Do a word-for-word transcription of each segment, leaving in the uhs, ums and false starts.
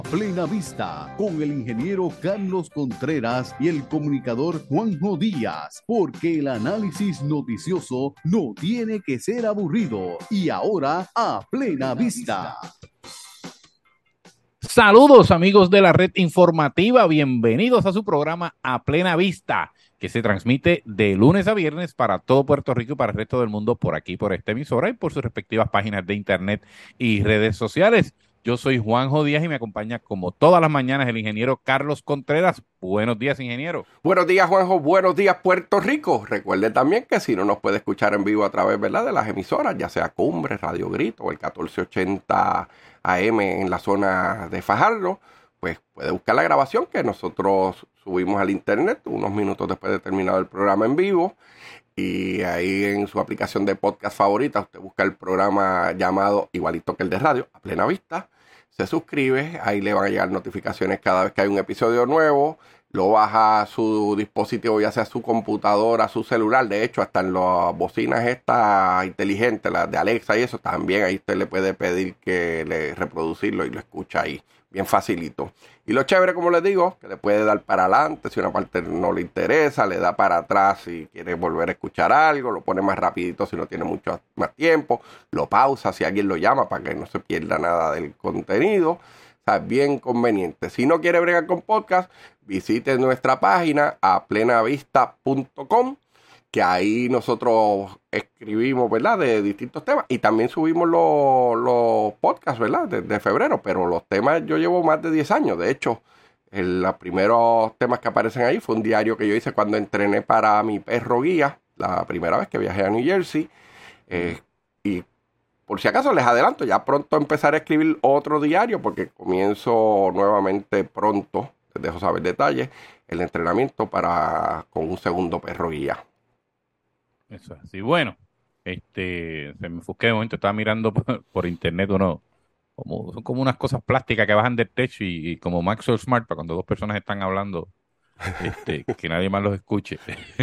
Plena Vista, con el ingeniero Carlos Contreras y el comunicador Juanjo Díaz, porque el análisis noticioso no tiene que ser aburrido. Y ahora, a Plena Vista. Saludos amigos de la red informativa, bienvenidos a su programa A Plena Vista, que se transmite de lunes a viernes para todo Puerto Rico y para el resto del mundo por aquí, por esta emisora y por sus respectivas páginas de internet y redes sociales. Yo soy Juanjo Díaz y me acompaña como todas las mañanas el ingeniero Carlos Contreras. Buenos días, ingeniero. Buenos días, Juanjo. Buenos días, Puerto Rico. Recuerde también que si no nos puede escuchar en vivo a través, ¿verdad?, de las emisoras, ya sea Cumbre, Radio Grito o el catorce ochenta A M en la zona de Fajardo, pues puede buscar la grabación que nosotros subimos al internet unos minutos después de terminado el programa en vivo. Y ahí en su aplicación de podcast favorita, usted busca el programa llamado igualito que el de radio, A Plena Vista. Se suscribe, ahí le van a llegar notificaciones cada vez que hay un episodio nuevo. Lo baja a su dispositivo, ya sea su computadora, su celular. De hecho, hasta en las bocinas estas inteligentes, las de Alexa y eso, también ahí usted le puede pedir que le reproducirlo y lo escucha ahí. Bien facilito. Y lo chévere, como les digo, que le puede dar para adelante si una parte no le interesa, le da para atrás si quiere volver a escuchar algo, lo pone más rapidito si no tiene mucho más tiempo, lo pausa si alguien lo llama para que no se pierda nada del contenido. O sea, bien conveniente. Si no quiere bregar con podcast, visite nuestra página a plena vista punto com, que ahí nosotros escribimos, ¿verdad?, de distintos temas y también subimos los, los podcasts, ¿verdad?, desde febrero, pero los temas yo llevo más de diez años. De hecho, el, los primeros temas que aparecen ahí fue un diario que yo hice cuando entrené para mi perro guía, la primera vez que viajé a New Jersey, eh, y por si acaso les adelanto, ya pronto empezaré a escribir otro diario porque comienzo nuevamente pronto, les dejo saber detalles, el entrenamiento para con un segundo perro guía. Eso es así. Bueno, este, se me ofusqué de momento, estaba mirando por, por internet uno, como, son como unas cosas plásticas que bajan del techo y, y como Maxwell Smart, para cuando dos personas están hablando, este, que nadie más los escuche.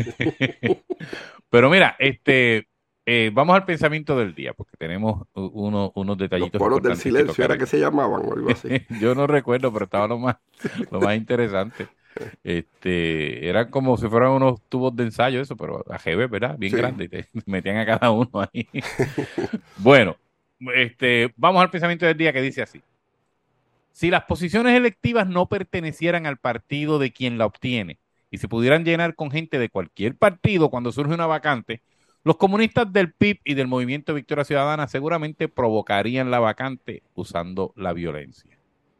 Pero mira, este, eh, vamos al pensamiento del día, porque tenemos uno, unos detallitos. Los coros del silencio, que era que se llamaban o algo así. Yo no recuerdo, pero estaba lo más, lo más interesante. Este, eran como si fueran unos tubos de ensayo, eso, pero A G B, ¿verdad? Bien Sí. grande, y te metían a cada uno ahí. Bueno, este, vamos al pensamiento del día que dice así. Si las posiciones electivas no pertenecieran al partido de quien la obtiene y se pudieran llenar con gente de cualquier partido cuando surge una vacante, los comunistas del P I B y del Movimiento Victoria Ciudadana seguramente provocarían la vacante usando la violencia.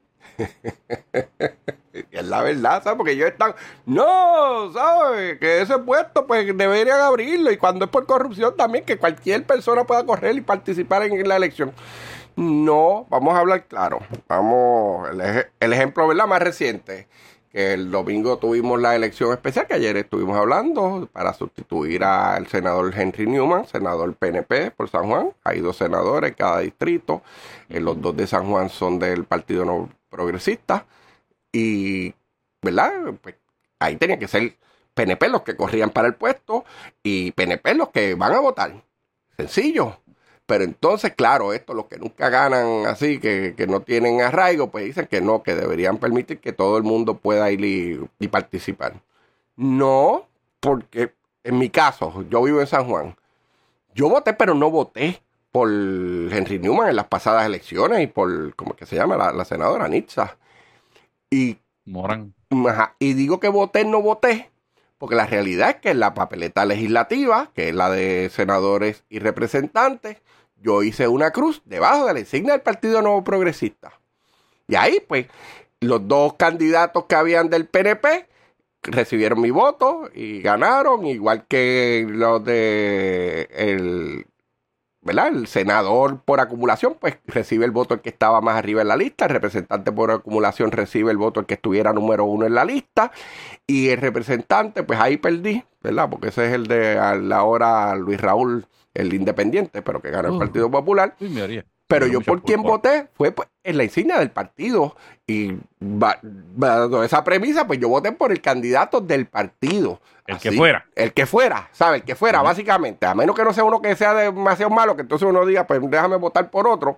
Es la verdad, ¿sabes? Porque ellos están, no, ¿sabes? Que ese puesto, pues deberían abrirlo. Y cuando es por corrupción también, que cualquier persona pueda correr y participar en la elección. No, vamos a hablar claro. Vamos, el, ej- el ejemplo, ¿verdad?, más reciente. Que el domingo tuvimos la elección especial, que ayer estuvimos hablando, para sustituir al senador Henry Newman, senador P N P por San Juan. Hay dos senadores en cada distrito. Eh, los dos de San Juan son del Partido No Progresista. Y, ¿verdad?, pues ahí tenía que ser P N P los que corrían para el puesto y P N P los que van a votar. Sencillo. Pero entonces, claro, esto, los que nunca ganan así, que, que no tienen arraigo, pues dicen que no, que deberían permitir que todo el mundo pueda ir y, y participar. No, porque en mi caso, yo vivo en San Juan. Yo voté, pero no voté por Henry Newman en las pasadas elecciones y por, ¿cómo es que se llama?, la, la senadora Nitza. Y, Morán. ajá, y digo que voté, no voté, porque la realidad es que en la papeleta legislativa, que es la de senadores y representantes, yo hice una cruz debajo de la insignia del Partido Nuevo Progresista. Y ahí, pues, los dos candidatos que habían del P N P recibieron mi voto y ganaron, igual que los de el, ¿verdad?, el senador por acumulación, pues recibe el voto el que estaba más arriba en la lista, el representante por acumulación recibe el voto el que estuviera número uno en la lista, y el representante, pues ahí perdí, ¿verdad?, porque ese es el de a la hora Luis Raúl, el independiente, pero que gana el Uh, Partido Popular. uy, me haría. Pero Tiene yo mucha por quien pulpa. voté fue pues, en la insignia del partido. Y ba- bajo esa premisa, pues yo voté por el candidato del partido. El Así, que fuera. El que fuera, ¿sabes? El que fuera, Ujú. básicamente. A menos que no sea uno que sea demasiado malo, que entonces uno diga, pues déjame votar por otro.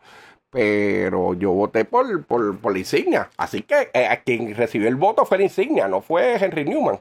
pero yo voté por, por, por la Insignia. Así que eh, a quien recibió el voto fue la Insignia, no fue Henry Newman.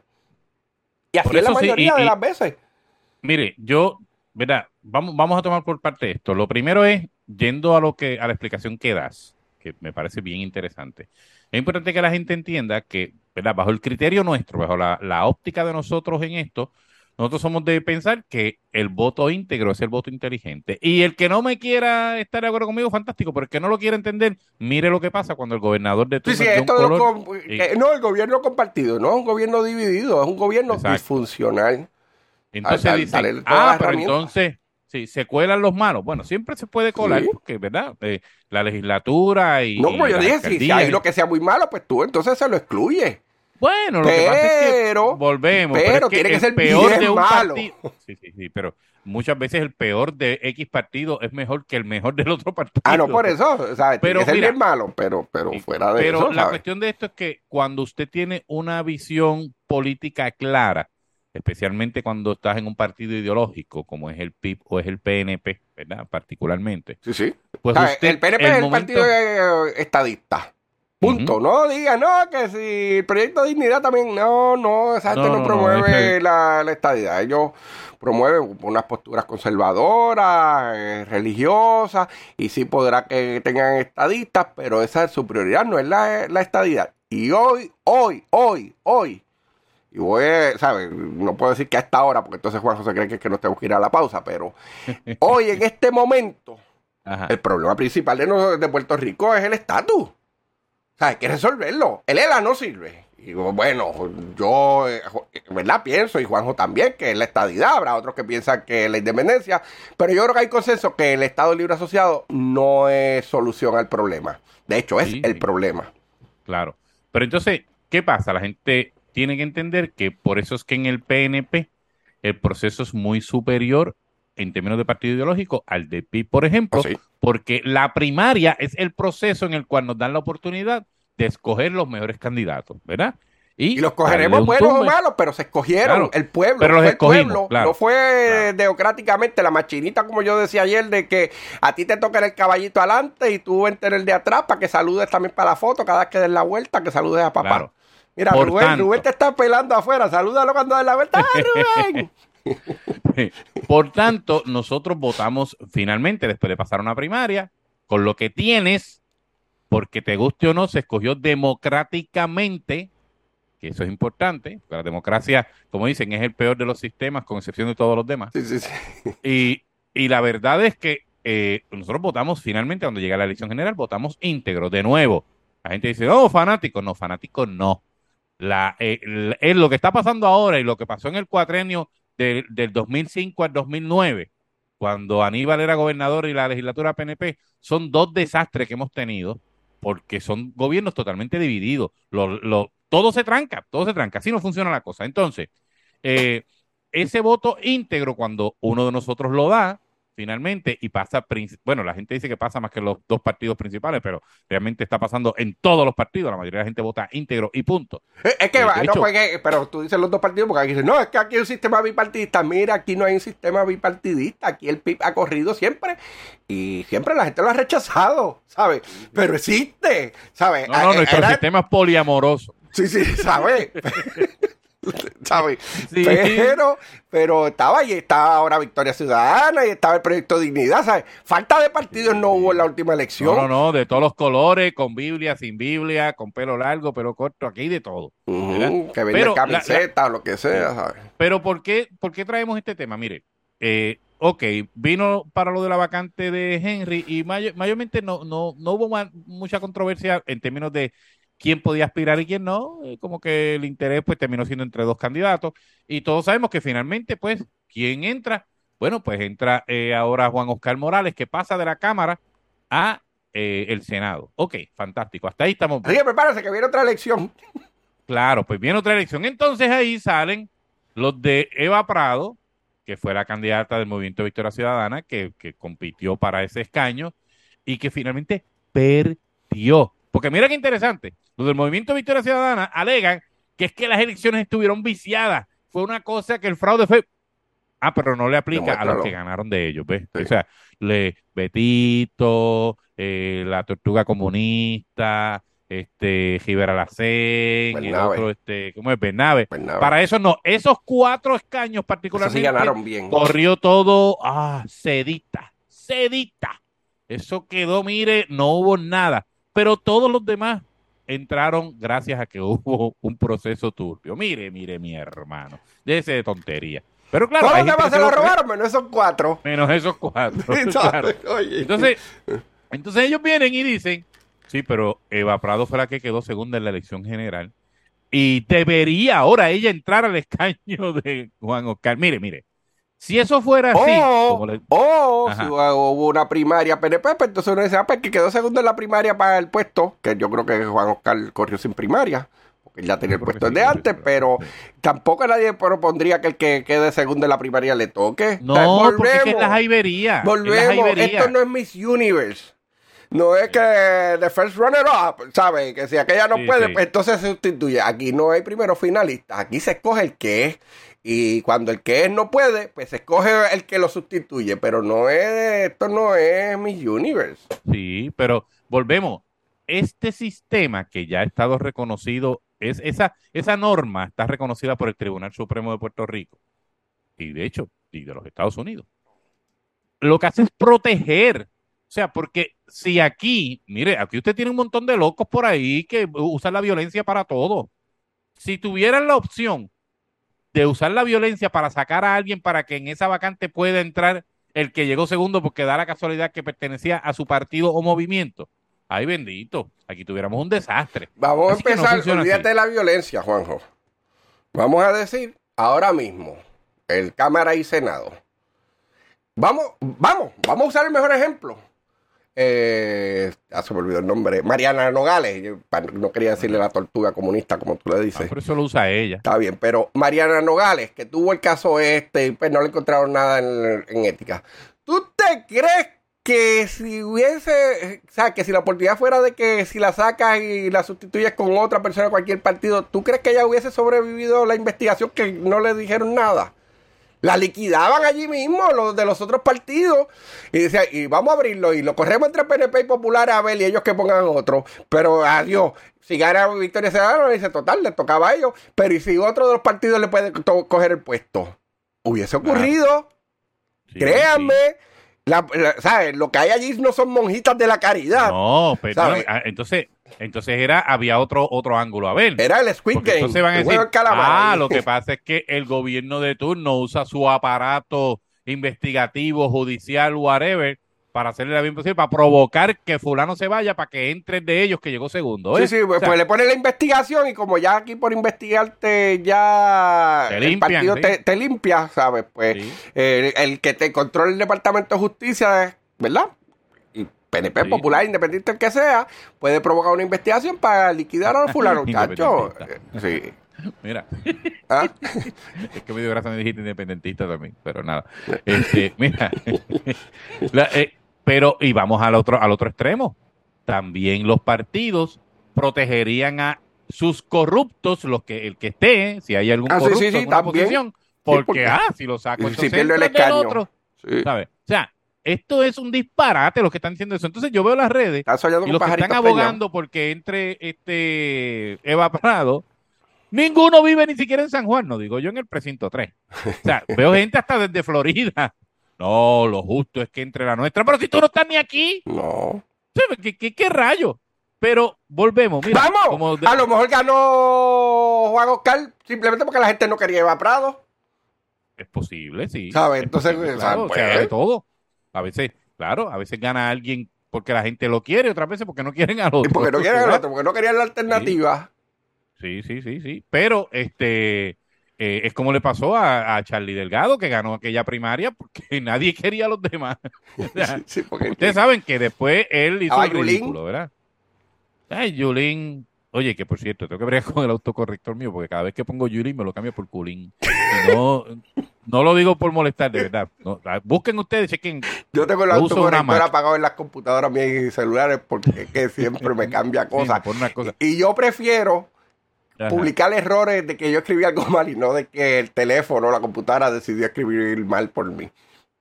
Y así es la mayoría sí, y, de y, las veces. Mire, yo, ¿verdad? Vamos, vamos a tomar por parte esto. Lo primero es, yendo a lo que, a la explicación que das, que me parece bien interesante. Es importante que la gente entienda que, ¿verdad? Bajo el criterio nuestro, bajo la, la óptica de nosotros en esto, nosotros somos de pensar que el voto íntegro es el voto inteligente. Y el que no me quiera estar de acuerdo conmigo, fantástico, pero el que no lo quiera entender, mire lo que pasa cuando el gobernador de turno, sí, sí, John esto Color, de los, y, no, el gobierno compartido, no es un gobierno dividido, es un gobierno exacto. disfuncional. Entonces al, dice, al, ah, pero entonces, sí, se cuelan los malos. Bueno, siempre se puede colar, sí. porque, ¿verdad? Eh, la legislatura y no, como yo dije, si, si hay lo que sea muy malo, pues tú entonces se lo excluyes. Bueno, lo pero, que pasa es que volvemos, pero, pero es que tiene que el ser peor bien de un malo. partido. Sí, sí, sí, pero muchas veces el peor de X partido es mejor que el mejor del otro partido. Ah, no, por eso, ¿sabes? Pero tiene que ser mira, bien malo, pero, pero fuera de pero eso, Pero la ¿sabes? cuestión de esto es que cuando usted tiene una visión política clara, especialmente cuando estás en un partido ideológico, como es el P I B o es el P N P, ¿verdad? Particularmente. Sí, sí. Pues ¿sabes? usted, el P N P el es el momento... partido estadista. Punto. Uh-huh. No diga, no, que si el proyecto de dignidad también, no, no, esa gente no, no, no promueve no, es... la, la estadidad. Ellos promueven unas posturas conservadoras, eh, religiosas, y sí podrá que tengan estadistas, pero esa es su prioridad, no es la, la estadidad. Y hoy, hoy, hoy, hoy, y voy a, ¿sabes? No puedo decir que a esta hora, porque entonces Juan José cree que, es que nos tenemos que ir a la pausa, pero hoy, en este momento, Ajá. el problema principal de, de Puerto Rico es el estatus. O sea, hay que resolverlo. El E L A no sirve. Y digo, bueno, yo, ¿verdad? Pienso, y Juanjo también, que es la estadidad. Habrá otros que piensan que es la independencia. Pero yo creo que hay consenso que el Estado Libre Asociado no es solución al problema. De hecho, es sí, el problema. Claro. Pero entonces, ¿qué pasa? La gente tiene que entender que por eso es que en el P N P el proceso es muy superior en términos de partido ideológico al de P I B, por ejemplo, oh, sí. porque la primaria es el proceso en el cual nos dan la oportunidad de escoger los mejores candidatos, ¿verdad? Y, y los cogeremos buenos tumbe. o malos, pero se escogieron claro, el pueblo, pero los fue escogimos, el pueblo, claro, no fue claro. democráticamente la machinita, como yo decía ayer, de que a ti te toca el caballito adelante y tú vente en el de atrás para que saludes también para la foto, cada vez que des la vuelta, que saludes a papá. Claro. Mira, Por Rubén, tanto, Rubén te está pelando afuera, salúdalo cuando des la vuelta. ¡Ah, Rubén! Por tanto, nosotros votamos finalmente, después de pasar una primaria, con lo que tienes, porque te guste o no, se escogió democráticamente, que eso es importante, la democracia, como dicen, es el peor de los sistemas, con excepción de todos los demás. Sí, sí, sí. Y, y la verdad es que eh, nosotros votamos finalmente, cuando llega la elección general, votamos íntegro, de nuevo. La gente dice, no, fanáticos, no, fanáticos no. La, eh, la, eh, lo que está pasando ahora y lo que pasó en el cuatrenio del, del dos mil cinco al dos mil nueve, cuando Aníbal era gobernador y la legislatura P N P, son dos desastres que hemos tenido, porque son gobiernos totalmente divididos. Lo, lo, todo se tranca, todo se tranca, así no funciona la cosa. Entonces, eh, ese voto íntegro, cuando uno de nosotros lo da, finalmente, y pasa, bueno, la gente dice que pasa más que los dos partidos principales, pero realmente está pasando en todos los partidos, la mayoría de la gente vota íntegro y punto. Es, es que, eh, va, no, hecho, pues, pero tú dices los dos partidos, porque aquí dicen, no, es que aquí hay un sistema bipartidista. Mira, aquí no hay un sistema bipartidista, aquí el P I B ha corrido siempre, y siempre la gente lo ha rechazado, ¿sabes? Pero existe, ¿sabes? No, no, nuestro Era... sistema es poliamoroso. Sí, sí, ¿sabes? ¿sabes? Sí. Pero, pero estaba y estaba ahora Victoria Ciudadana y estaba el Proyecto Dignidad, ¿sabes? Falta de partidos no hubo en la última elección. No, no, no, de todos los colores, con Biblia, sin Biblia, con pelo largo, pelo corto, aquí de todo. Uh-huh, que venga camiseta o lo que sea, ¿sabes? Pero ¿por qué, por qué traemos este tema? Mire, eh, ok, vino para lo de la vacante de Henry y mayor, mayormente no, no, no hubo más, mucha controversia en términos de quién podía aspirar y quién no, como que el interés pues terminó siendo entre dos candidatos y todos sabemos que finalmente pues, ¿quién entra? Bueno, pues entra eh, ahora Juan Oscar Morales, que pasa de la Cámara a eh, el Senado. Ok, fantástico, hasta ahí estamos. Así que prepárese que viene otra elección. Claro, pues viene otra elección. Entonces ahí salen los de Eva Prado, que fue la candidata del Movimiento Victoria Ciudadana, que, que compitió para ese escaño y que finalmente perdió. Porque mira qué interesante, los del Movimiento Victoria Ciudadana alegan que es que las elecciones estuvieron viciadas. Fue una cosa que el fraude fue Ah, pero no le aplica a los que ganaron de ellos, ¿ves? Sí. O sea, le, Betito, eh, la Tortuga Comunista, este, Rivera Lacén, el otro, este, ¿cómo es? Bernabe. Bernabe. Para eso no, esos cuatro escaños particularmente, sí ganaron bien. Corrió todo, ah, sedita, sedita. Eso quedó, mire, no hubo nada. Pero todos los demás entraron gracias a que hubo un proceso turbio. Mire, mire, mi hermano, déjese de tontería. Pero claro, todos los demás se lo robaron, menos esos cuatro. Menos esos cuatro. Claro. Entonces, entonces ellos vienen y dicen, sí, pero Eva Prado fue la que quedó segunda en la elección general y debería ahora ella entrar al escaño de Juan Oscar. Mire, mire, si eso fuera así... O, como le... o si hubo una primaria P N P, pues entonces uno dice, ah, pues que quedó segundo en la primaria para el puesto, que yo creo que Juan Oscar corrió sin primaria, porque ya tenía el puesto desde sí, antes, sí, pero sí. Tampoco nadie propondría que el que quede segundo en la primaria le toque. No, o sea, volvemos, porque es que es la jaibería. Volvemos, es la jaibería. Esto no es Miss Universe. No es que the first runner up, ¿sabes? Que si aquella no sí, puede, sí. Pues entonces se sustituye. Aquí no hay primero finalistas, aquí se escoge el que es. Y cuando el que es no puede, pues se escoge el que lo sustituye. Pero no es, esto no es Miss Universe. Sí, pero volvemos. Este sistema que ya ha estado reconocido, es esa, esa norma está reconocida por el Tribunal Supremo de Puerto Rico. Y de hecho, y de los Estados Unidos. Lo que hace es proteger. O sea, porque si aquí, mire, aquí usted tiene un montón de locos por ahí que usan la violencia para todo. Si tuvieran la opción de usar la violencia para sacar a alguien para que en esa vacante pueda entrar el que llegó segundo porque da la casualidad que pertenecía a su partido o movimiento, ay bendito, aquí tuviéramos un desastre. Vamos así a empezar, no olvídate así. De la violencia, Juanjo. Vamos a decir ahora mismo, el Cámara y Senado. Vamos, vamos, vamos a usar el mejor ejemplo. Eh, ah, se me olvidó el nombre. Mariana Nogales. Yo no quería decirle la tortuga comunista, como tú le dices. Ah, por eso lo usa ella. Está bien, pero Mariana Nogales, que tuvo el caso este y pues no le encontraron nada en, en ética. ¿Tú te crees que si hubiese, o sea, que si la oportunidad fuera de que si la sacas y la sustituyes con otra persona de cualquier partido, ¿tú crees que ella hubiese sobrevivido la investigación que no le dijeron nada? La liquidaban allí mismo, los de los otros partidos. Y decían, y vamos a abrirlo. Y lo corremos entre P N P y Popular a ver y ellos que pongan otro. Pero adiós. Si gana Victoria Ciudadana, le dice total, le tocaba a ellos. Pero y si otro de los partidos le puede to- coger el puesto. Hubiese ocurrido. Ah, sí, créanme. Sí. La, la, ¿sabes? Lo que hay allí no son monjitas de la caridad. No, pero no, entonces... Entonces era, había otro otro ángulo a ver. Era el Squid Game. Entonces van a decir, ah, lo que pasa es que el gobierno de turno usa su aparato investigativo, judicial, whatever, para hacerle la bien posible, para provocar que fulano se vaya, para que entre de ellos que llegó segundo. ¿eh? Sí, sí, pues, o sea, pues le pone la investigación y como ya aquí por investigarte ya te limpian, el partido ¿sí? te, te limpia, ¿sabes? Pues sí. eh, el que te controla el Departamento de Justicia, ¿verdad? P N P, sí. Popular, independiente el que sea, puede provocar una investigación para liquidar a los fulanos, muchachos. Sí. Mira. ¿Ah? Es que me dio gracia me dijiste independentista también, pero nada. Este, mira. La, eh, pero, y vamos al otro, al otro extremo. También los partidos protegerían a sus corruptos, los que, el que esté, si hay algún ah, corrupto sí, sí, sí, en una también. posición, porque, sí, porque ah, si lo saco, entonces si pierde el escaño. Otro, sí. ¿sabes? O sea, esto es un disparate lo que están diciendo eso. Entonces yo veo las redes y los que están abogando peña. Porque entre este Eva Prado, ninguno vive ni siquiera en San Juan, no digo yo en el precinto tres. O sea, veo gente hasta desde Florida. No, lo justo es que entre la nuestra. Pero si tú no estás ni aquí. No. ¿Qué, qué, qué rayo? Pero volvemos. Mira, ¡vamos! Como de... A lo mejor ganó Juan Oscar simplemente porque la gente no quería Eva Prado. Es posible, sí. ¿Sabes? Entonces, posible, claro, pues, o sea, de todo. A veces, claro, a veces gana alguien porque la gente lo quiere, otras veces porque no quieren al otro. Y porque no quieren al otro, porque no querían la alternativa. Sí, sí, sí, sí. Pero este eh, es como le pasó a, a Charlie Delgado, que ganó aquella primaria porque nadie quería a los demás. O sea, sí, sí, porque ustedes sí. saben que después él hizo el ridículo, ¿verdad? Ay, Yulín. Oye, que por cierto, tengo que bregar con el autocorrector mío, porque cada vez que pongo Yulín me lo cambio por Culín. Y no, no lo digo por molestar, de verdad. No, busquen ustedes, chequen. Yo tengo el autocorrector apagado en las computadoras mías y celulares porque es que siempre me cambia cosas. Sí, me una cosa. Y yo prefiero, publicar errores de que yo escribí algo mal y no de que el teléfono o la computadora decidió escribir mal por mí.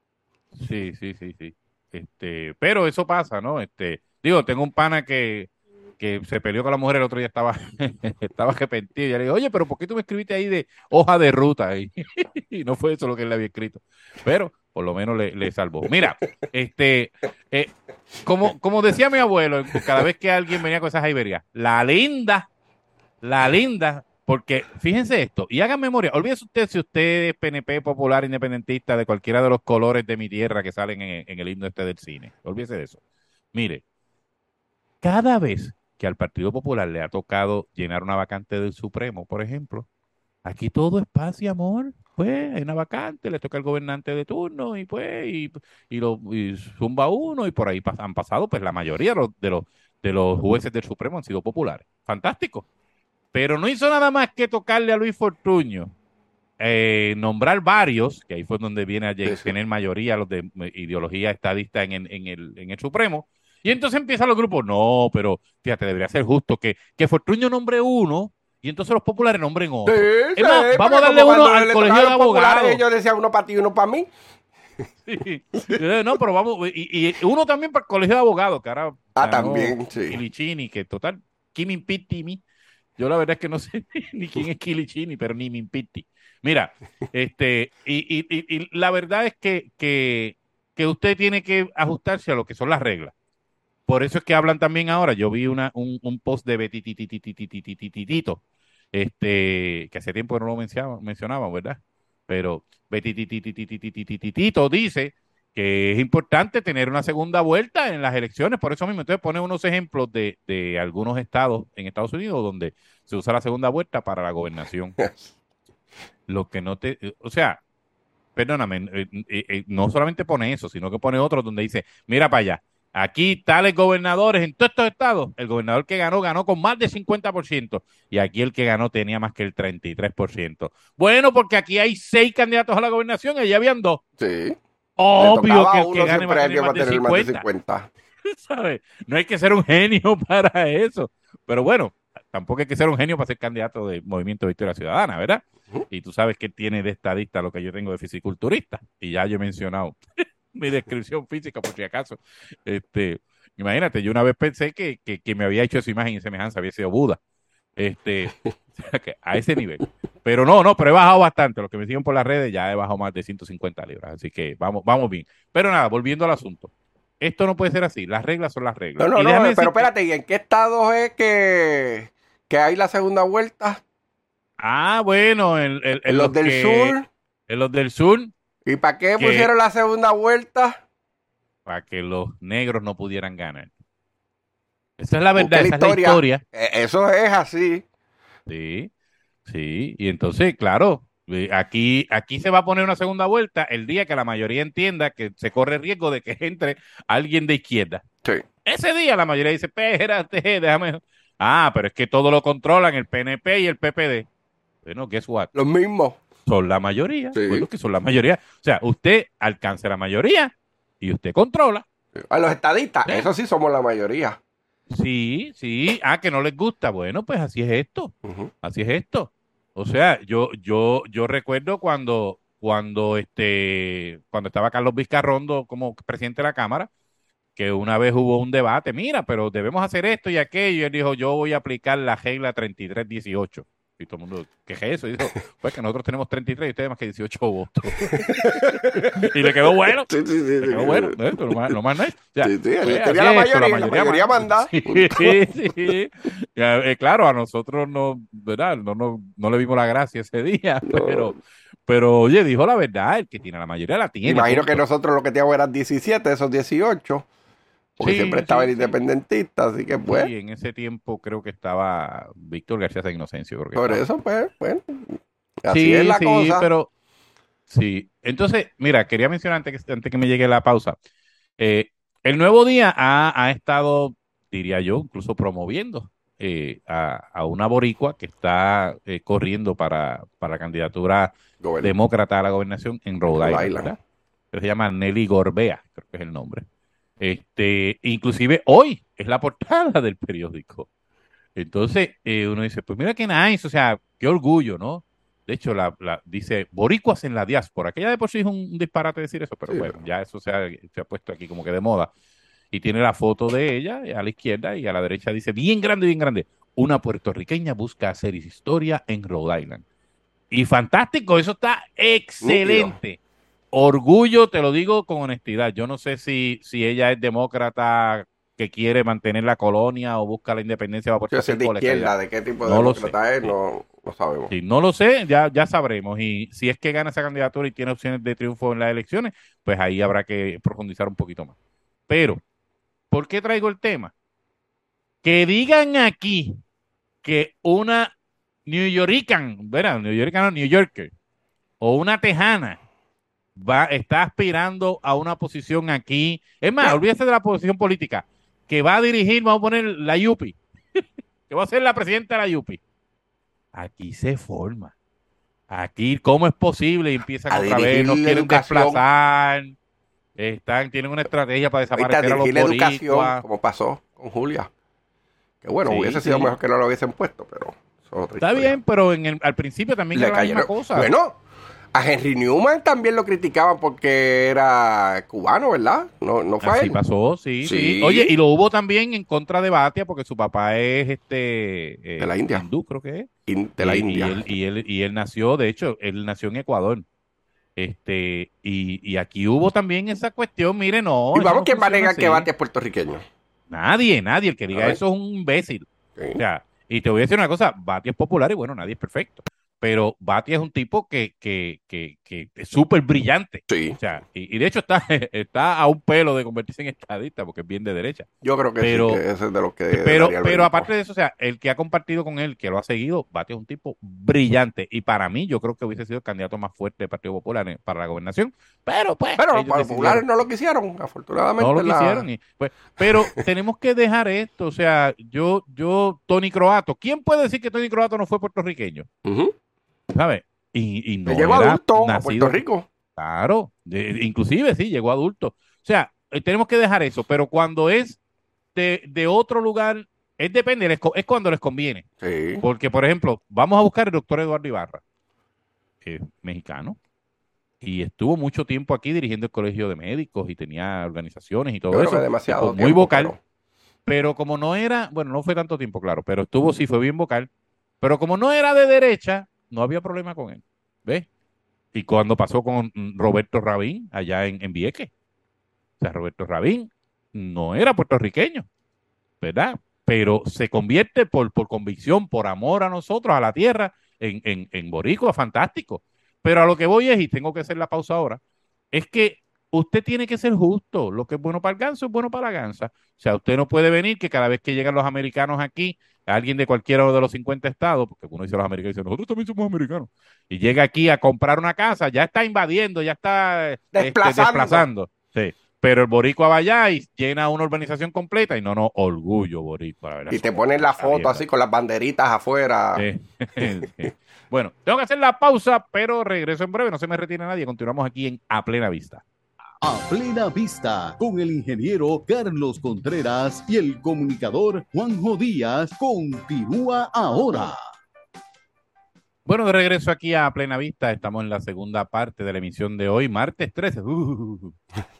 Sí, sí, sí, sí. Este, pero eso pasa, ¿no? Este, digo, tengo un pana que, que se peleó con la mujer el otro día, estaba, estaba arrepentido. Y yo le digo, oye, pero ¿por qué tú me escribiste ahí de hoja de ruta? Y, y no fue eso lo que él le había escrito. Pero por lo menos le, le salvó. Mira, este, eh, como, como decía mi abuelo, cada vez que alguien venía con esas jaiberías, la linda, la linda, porque fíjense esto, y hagan memoria, olvídese usted si usted es P N P, popular, independentista, de cualquiera de los colores de mi tierra que salen en, en el himno este del cine, olvídese de eso. Mire, cada vez que al Partido Popular le ha tocado llenar una vacante del Supremo, por ejemplo, aquí todo es paz y amor. Pues hay una vacante, le toca al gobernante de turno y pues y, y lo y zumba uno y por ahí pas- han pasado pues la mayoría de los, de los de los jueces del Supremo han sido populares. Fantástico. Pero no hizo nada más que tocarle a Luis Fortuño, eh, nombrar varios, que ahí fue donde viene a Sí, sí. tener mayoría los de eh, ideología estadista en, en, en el, en el Supremo. Y entonces empiezan los grupos, no, pero fíjate, debería ser justo que, que Fortuño nombre uno y entonces los populares nombren Sí, otro. sí, Es más, vamos a porque darle como uno cuando al le colegio tocaba de a los populares, abogados. ellos decían uno para ti y uno para mí. Sí. No, pero vamos, y, y uno también para el colegio de abogados, que ahora Ah, ganó también, sí. Kilichini, que total, Kimi Pitti, yo la verdad es que no sé ni quién es Kilichini, pero ni me Pitti. Mira, este, y, y, y, y la verdad es que, que, que usted tiene que ajustarse a lo que son las reglas. Por eso es que hablan también ahora. Yo vi una, un, un post de Betitititititititito, este, que hace tiempo que no lo mencionaba, mencionaba, ¿verdad? Pero Betitititititititito dice que es importante tener una segunda vuelta en las elecciones. Por eso mismo, entonces pone unos ejemplos de, de algunos estados en Estados Unidos donde se usa la segunda vuelta para la gobernación. Lo que no te, o sea, perdóname, eh, eh, eh, no solamente pone eso, sino que pone otro donde dice, mira para allá, aquí tales gobernadores en todos estos estados, el gobernador que ganó, ganó con más del cincuenta por ciento, y aquí el que ganó tenía más que el treinta y tres por ciento. Bueno, porque aquí hay seis candidatos a la gobernación y allá habían dos. Sí. Obvio que el que uno gane va siempre a hay que tener más de tener más de cincuenta. cincuenta. ¿Sabes? No hay que ser un genio para eso. Pero bueno, tampoco hay que ser un genio para ser candidato de Movimiento Victoria Ciudadana, ¿verdad? Ujú. Y tú sabes que tiene de estadista lo que yo tengo de fisiculturista. Y ya yo he mencionado mi descripción física, por si acaso. Este, imagínate, yo una vez pensé que, que, que me había hecho esa imagen y semejanza, había sido Buda. Este, o sea, que a ese nivel. Pero no, no, pero he bajado bastante. Los que me siguen por las redes ya he bajado más de ciento cincuenta libras. Así que vamos, vamos bien. Pero nada, volviendo al asunto. Esto no puede ser así. Las reglas son las reglas. No, no, Y no, déjame pero decirte- espérate, ¿y en qué estado es que, que hay la segunda vuelta? Ah, bueno, en, en- en En los del que- sur. En los del sur, ¿Y para qué ¿Qué? pusieron la segunda vuelta? para que los negros no pudieran ganar. Esa es la Busqué verdad, esa es la historia. Eh, Eso es así. Sí, sí. Y entonces, claro, eh, aquí, aquí se va a poner una segunda vuelta el día que la mayoría entienda que se corre riesgo de que entre alguien de izquierda. Sí. Ese día la mayoría dice, espérate, déjame. Ah, pero es que todo lo controlan el P N P y el P P D. Bueno, guess what? Los mismos. Son la mayoría. Sí. Bueno, que son la mayoría. O sea, usted alcanza la mayoría y usted controla. A los estadistas, Sí. eso sí somos la mayoría. Sí, sí. Ah, que no les gusta. Bueno, pues así es esto. Ujú. Así es esto. O sea, yo, yo, yo recuerdo cuando, cuando este, cuando estaba Carlos Vizcarrondo como presidente de la Cámara, que una vez hubo un debate, mira, pero debemos hacer esto y aquello, y él dijo, yo voy a aplicar la regla treinta y tres dieciocho. Y todo el mundo, ¿qué es eso? Y dijo, pues que nosotros tenemos treinta y tres y ustedes más que dieciocho votos. Y le quedó bueno. Sí, sí, sí. Le quedó sí. bueno. ¿eh? Lo más, lo más nice. O sea, Sí, sí, él pues, tenía así la es esto, mayoría, la mayoría manda. Sí, sí. Ya, eh, claro, a nosotros no, ¿verdad? No, no, no le vimos la gracia ese día, No. pero, pero oye, dijo la verdad, el que tiene la mayoría la tiene. Imagino que punto. nosotros lo que teníamos eran diecisiete, esos dieciocho. Porque Sí, siempre estaba sí, el sí. independentista, así que pues, Sí, en ese tiempo creo que estaba Víctor García de Inocencio. Creo que por estaba. eso pues, bueno, así Sí, es la sí, cosa. pero sí. Entonces, mira, quería mencionar antes que, antes que me llegue la pausa. eh, el Nuevo Día ha, ha estado, diría yo, incluso promoviendo eh, a, a una boricua que está eh, corriendo para, para la candidatura Gobern- demócrata a la gobernación en Rhode Rhode Island, Island. ¿verdad? Que se llama Nelly Gorbea, creo que es el nombre. Este, inclusive hoy es la portada del periódico. Entonces, eh, uno dice, pues mira qué nice, o sea, qué orgullo, ¿no? De hecho, la, la- dice, boricuas en la diáspora, que ya de por sí es un disparate decir eso, pero Sí, bueno, pero- ya eso se ha, se ha puesto aquí como que de moda. Y tiene la foto de ella a la izquierda y a la derecha dice, bien grande, bien grande, una puertorriqueña busca hacer historia en Rhode Island. Y fantástico, eso está nítido. excelente. Orgullo, te lo digo con honestidad. Yo no sé si, si ella es demócrata que quiere mantener la colonia o busca la independencia para Si Puerto es de Rico o la izquierda, estadidad. de qué tipo de No lo sé. demócrata es, Sí, no, no sabemos. sí, no lo sé, ya, ya sabremos. Y si es que gana esa candidatura y tiene opciones de triunfo en las elecciones, pues ahí habrá que profundizar un poquito más. Pero, ¿por qué traigo el tema? Que digan aquí que una New Yorican, ¿verdad? New Yorican o New Yorker, o una tejana va, está aspirando a una posición aquí. Es más, olvídese de la posición política, que va a dirigir, vamos a poner la Yupi, que va a ser la presidenta de la Yupi. Aquí se forma. Aquí, ¿cómo es posible? Y empiezan A otra vez, dirigir nos la quieren educación, desplazar, están, tienen una estrategia para ahorita a desaparecer a los dirigir la educación, boricuas. como pasó con Julia. Que bueno, Sí, hubiese sido sí. mejor que no lo hubiesen puesto, pero eso es otra Está historia. bien, pero en el, al principio también Le era la misma cayeron. cosa. Bueno, a Henry Newman también lo criticaban porque era cubano, ¿verdad? No, no fue a Así él. pasó, sí, sí, Sí. Oye, y lo hubo también en contra de Batia porque su papá es este eh, De la India. hindú, creo que es. In- de la y, India. Y él, y, él, y él nació, de hecho, él nació en Ecuador. Este, y, y aquí hubo también esa cuestión, mire, no, y eso vamos, no ¿quién va a funciona negar que así. Bate es puertorriqueño? Nadie, nadie, el que diga Ay. eso es un imbécil. Sí. O sea, y te voy a decir una cosa, Batia es popular y bueno, nadie es perfecto. Pero Batia es un tipo que, que, que, que es súper brillante. Sí. O sea, y, y de hecho está, está a un pelo de convertirse en estadista porque es bien de derecha. Yo creo que Pero, sí, que ese es de los que pero, daría el pero brinco. aparte de eso, o sea, el que ha compartido con él, que lo ha seguido, Batia es un tipo brillante. Y para mí, yo creo que hubiese sido el candidato más fuerte del Partido Popular en- para la gobernación. Pero pues, Pero los ellos decidieron- populares no lo quisieron, afortunadamente. no lo la- quisieron. Y, pues, pero tenemos que dejar esto. O sea, yo, yo, Tony Croato, ¿quién puede decir que Tony Croato no fue puertorriqueño? Ujú. ¿Sabes? Y, y no Le llegó era adulto a nacido. Puerto Rico. Claro, de- inclusive sí, llegó adulto. O sea, eh, tenemos que dejar eso, pero cuando es de, de otro lugar, es depende, les co- es cuando les conviene. Sí. Porque, por ejemplo, vamos a buscar el doctor Eduardo Ibarra, eh, mexicano, y estuvo mucho tiempo aquí dirigiendo el Colegio de Médicos y tenía organizaciones y todo Yo creo eso. que demasiado Tipo, muy tiempo, vocal, pero- pero como no era, bueno, no fue tanto tiempo, claro, pero estuvo, sí, fue bien vocal, pero como no era de derecha, no había problema con él, ¿ves? Y cuando pasó con mm, Roberto Rabín allá en, en Vieques, o sea, Roberto Rabín no era puertorriqueño, ¿verdad? Pero se convierte por, por convicción, por amor a nosotros, a la tierra, en, en, en boricua, fantástico. Pero a lo que voy es, y tengo que hacer la pausa ahora, es que usted tiene que ser justo. Lo que es bueno para el ganso es bueno para la gansa. O sea, usted no puede venir que cada vez que llegan los americanos aquí, alguien de cualquiera de los cincuenta estados, porque uno dice los americanos, dice, nosotros también somos americanos, y llega aquí a comprar una casa, ya está invadiendo, ya está este, Desplazando. desplazando. Sí. Pero el boricua va allá y llena una urbanización completa y no, no, orgullo boricua. La verdad, Y te somos ponen la mucha foto mierda. así con las banderitas afuera. Sí. Sí. Bueno, tengo que hacer la pausa, pero regreso en breve, no se me retire nadie, continuamos aquí en A Plena Vista. A Plena Vista, con el ingeniero Carlos Contreras y el comunicador Juanjo Díaz, continúa ahora. Bueno, de regreso aquí a Plena Vista, estamos en la segunda parte de la emisión de hoy, martes trece uh,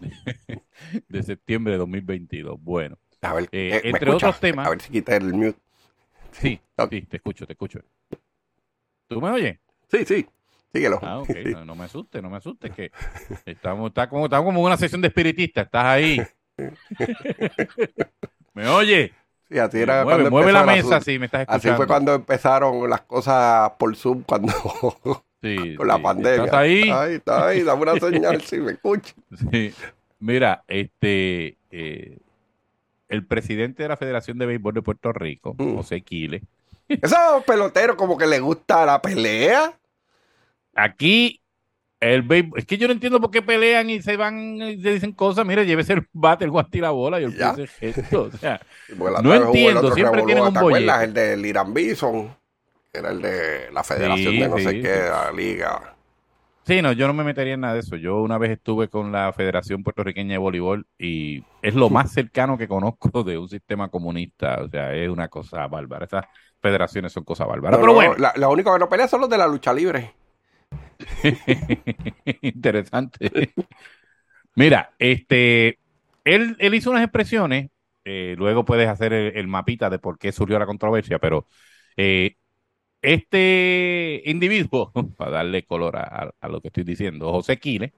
de septiembre de dos mil veintidós. Bueno, A ver, eh, eh, ¿me entre escuchas? otros temas. A ver si quita el mute. Sí, Ok. sí, te escucho, te escucho. ¿Tú me oyes? Sí, sí. Síguelo. Ah, ok, no, no me asustes, no me asustes, que estamos, está como, estamos como en una sesión de espiritista, estás ahí. ¿Me oye? Sí, así era mueve cuando mueve la empezó el mesa asunto. si me estás Así escuchando. fue cuando empezaron las cosas por Zoom, cuando Sí, con la sí, pandemia. ¿estás ahí? Ahí, está ahí, dame una señal si me escuchas. Sí. Mira, este, eh, el presidente de la Federación de Béisbol de Puerto Rico, Mm. José Quiles, Esos peloteros como que les gusta la pelea. aquí el béisbol, es que yo no entiendo por qué pelean y se van y se dicen cosas. Mira, llévese el bate, el guante y la bola y el Ya. esto. O sea, Porque la no otra vez hubo el entiendo, otro siempre revolú, tienen un ¿te acuerdas? bollete. El del Irán Bison, que era el de la Federación Sí, de no sé sí, qué, sí. la liga. Sí, no, yo no me metería en nada de eso. Yo una vez estuve con la Federación Puertorriqueña de Voleibol y es lo más cercano que conozco de un sistema comunista. O sea, es una cosa bárbara. Esas federaciones son cosas bárbaras. No, Pero no, bueno, la, la única que no pelea son los de la lucha libre. interesante. Mira, este, él, él hizo unas expresiones, eh, luego puedes hacer el, el mapita de por qué surgió la controversia, pero eh, este individuo, para darle color a, a- a lo que estoy diciendo, José Quiles,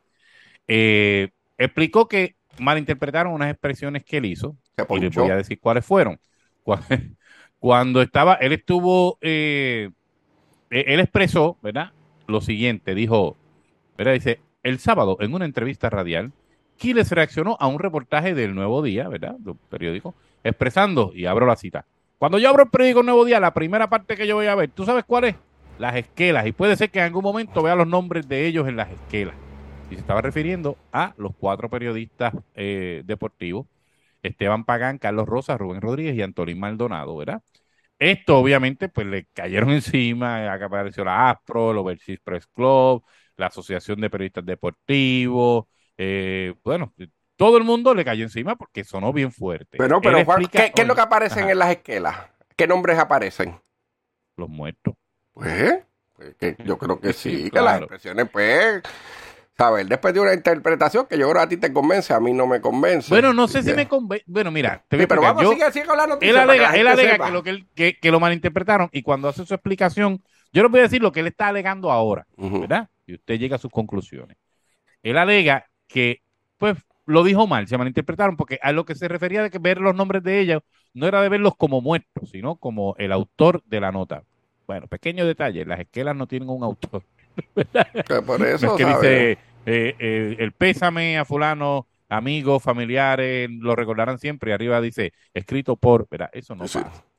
eh, explicó que malinterpretaron unas expresiones que él hizo, Se y les voy a ponchó. decir cuáles fueron. Cu- Cuando estaba, él estuvo, eh, eh, él expresó, ¿verdad? Lo siguiente, dijo, ¿verdad? Dice, el sábado, en una entrevista radial, Quiles reaccionó a un reportaje del Nuevo Día, ¿verdad? Del periódico, expresando, y abro la cita. Cuando yo abro el periódico Nuevo Día, la primera parte que yo voy a ver, ¿tú sabes cuál es? Las esquelas. Y puede ser que en algún momento vea los nombres de ellos en las esquelas. Y se estaba refiriendo a los cuatro periodistas eh, deportivos, Esteban Pagán, Carlos Rosa, Rubén Rodríguez y Antolín Maldonado, ¿verdad? Esto obviamente pues le cayeron encima, acá apareció la ASPRO, el Overseas Press Club, la Asociación de Periodistas Deportivos, eh, bueno, todo el mundo le cayó encima porque sonó bien fuerte. Pero, Él pero Juan, explica, ¿qué, qué es lo oye, que aparecen ajá, en las esquelas? ¿Qué nombres aparecen? los muertos. Pues, pues, que yo creo que sí, que las Claro. expresiones, pues, ¿sabes? Después de una interpretación que yo creo a ti te convence, a mí no me convence. Bueno, no Así sé si que- me convence. Bueno, mira, te voy a Sí, pero explicar. vamos, Yo, sigue, sigue con la él noticia para que alega, la él gente alega sepa. que lo que, él- que, que lo malinterpretaron y cuando hace su explicación, yo les voy a decir lo que él está alegando ahora, Ujú. ¿verdad? Y usted llega a sus conclusiones. Él alega que, pues, lo dijo mal, se malinterpretaron, porque a lo que se refería de que ver los nombres de ellos no era de verlos como muertos, sino como el autor de la nota. Bueno, pequeño detalle, las esquelas no tienen un autor. Que por No es eso, que ¿sabes? dice eh, eh, el pésame a fulano, amigos, familiares, lo recordarán siempre, y arriba dice escrito por, ¿verdad? Eso no Sí. pasa.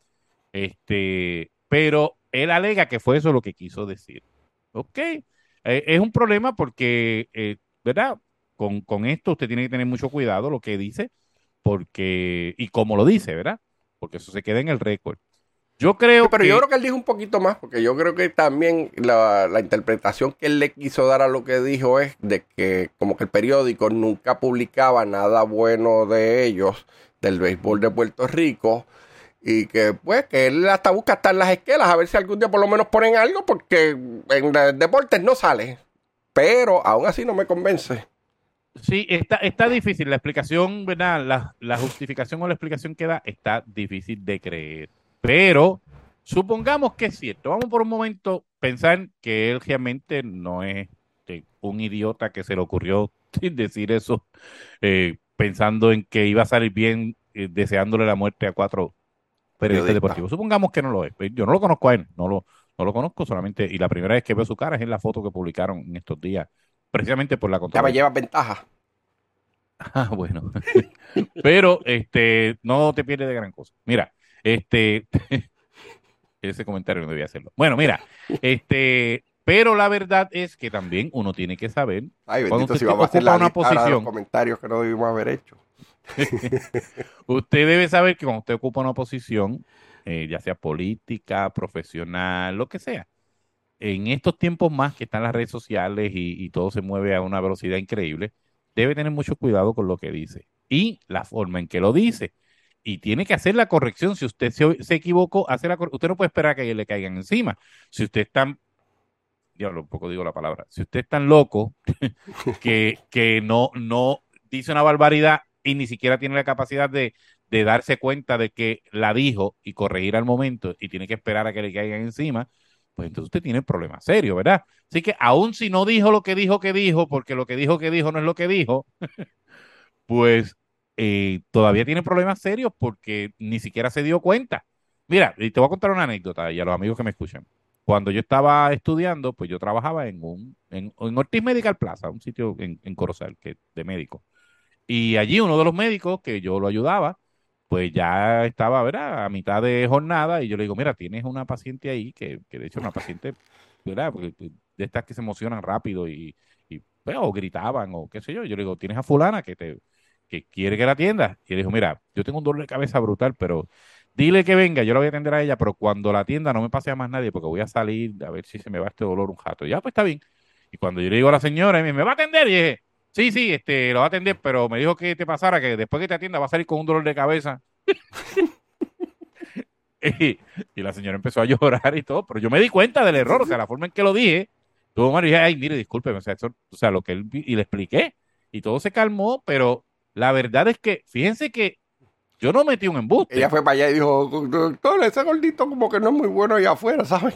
Este, pero él alega que fue eso lo que quiso decir. Ok, eh, es un problema porque, eh, ¿verdad? Con, con esto usted tiene que tener mucho cuidado lo que dice, porque, y cómo lo dice, ¿verdad? Porque eso se queda en el récord. Yo Sí, creo pero yo que, creo que él dijo un poquito más, porque yo creo que también la, la interpretación que él le quiso dar a lo que dijo es de que como que el periódico nunca publicaba nada bueno de ellos, del béisbol de Puerto Rico, y que pues que él hasta busca estar en las esquelas a ver si algún día por lo menos ponen algo, porque en los deportes no sale. Pero aún así no me convence. sí, está, está difícil. La explicación, ¿verdad? La, la justificación o la explicación que da está difícil de creer. Pero supongamos que es cierto. Vamos por un momento a pensar que él realmente no es eh, un idiota que se le ocurrió decir eso eh, pensando en que iba a salir bien, eh, deseándole la muerte a cuatro periodistas Periodista. deportivos. Supongamos que no lo es. Yo no lo conozco a él, no lo, no lo conozco solamente. Y la primera vez que veo su cara es en la foto que publicaron en estos días, precisamente por la Ya me controversia. lleva ventaja. Ah, bueno. Pero este, no te pierdes de gran cosa. Mira, este, ese comentario no debía hacerlo. Bueno, mira, este, pero la verdad es que también uno tiene que saber Ay, cuando bendito, usted si te- vamos a hacer ocupa la una lista ahora de los posición, comentarios que no debimos haber hecho. usted debe saber que cuando usted ocupa una posición, eh, ya sea política, profesional, lo que sea, en estos tiempos más que están las redes sociales y, y todo se mueve a una velocidad increíble, debe tener mucho cuidado con lo que dice y la forma en que lo dice. Y tiene que hacer la corrección. Si usted se, se equivocó, hace la cor- usted no puede esperar a que le caigan encima. Si usted es tan, diablo, un poco digo la palabra, si usted es tan loco que, que no, no dice una barbaridad y ni siquiera tiene la capacidad de, de darse cuenta de que la dijo y corregir al momento y tiene que esperar a que le caigan encima, pues entonces usted tiene problemas serios, ¿verdad? Así que aun si no dijo lo que dijo que dijo, porque lo que dijo que dijo no es lo que dijo, pues eh, todavía tiene problemas serios porque ni siquiera se dio cuenta. Mira, y te voy a contar una anécdota y a los amigos que me escuchan. Cuando yo estaba estudiando, pues yo trabajaba en un en, en Ortiz Medical Plaza, un sitio en, en Corozal que de médico. Y allí uno de los médicos que yo lo ayudaba, pues ya estaba, ¿verdad? A mitad de jornada y yo le digo, mira, tienes una paciente ahí que, que de hecho una paciente, ¿verdad? Porque de estas que se emocionan rápido y, y pues, o gritaban o qué sé yo. Yo le digo, tienes a fulana que te que quiere que la atienda. Y él dijo, mira, yo tengo un dolor de cabeza brutal, pero dile que venga, yo la voy a atender a ella, pero cuando la atienda no me pase a más nadie porque voy a salir a ver si se me va este dolor un jato. Ya, pues está bien. Y cuando yo le digo a la señora, y me, ¿me va a atender? Y dije, sí, sí, este, lo va a atender, pero me dijo que te pasara, que después que te atienda va a salir con un dolor de cabeza. y, y la señora empezó a llorar y todo, pero yo me di cuenta del error, o sea, la forma en que lo dije, tuvo mal y dije, ay, mire, discúlpeme, o sea, eso, o sea, lo que él, vi- y le expliqué, y todo se calmó, pero la verdad es que, fíjense que yo no metí un embuste. Ella fue para allá y dijo, doctor, ese gordito como que no es muy bueno allá afuera, ¿sabes?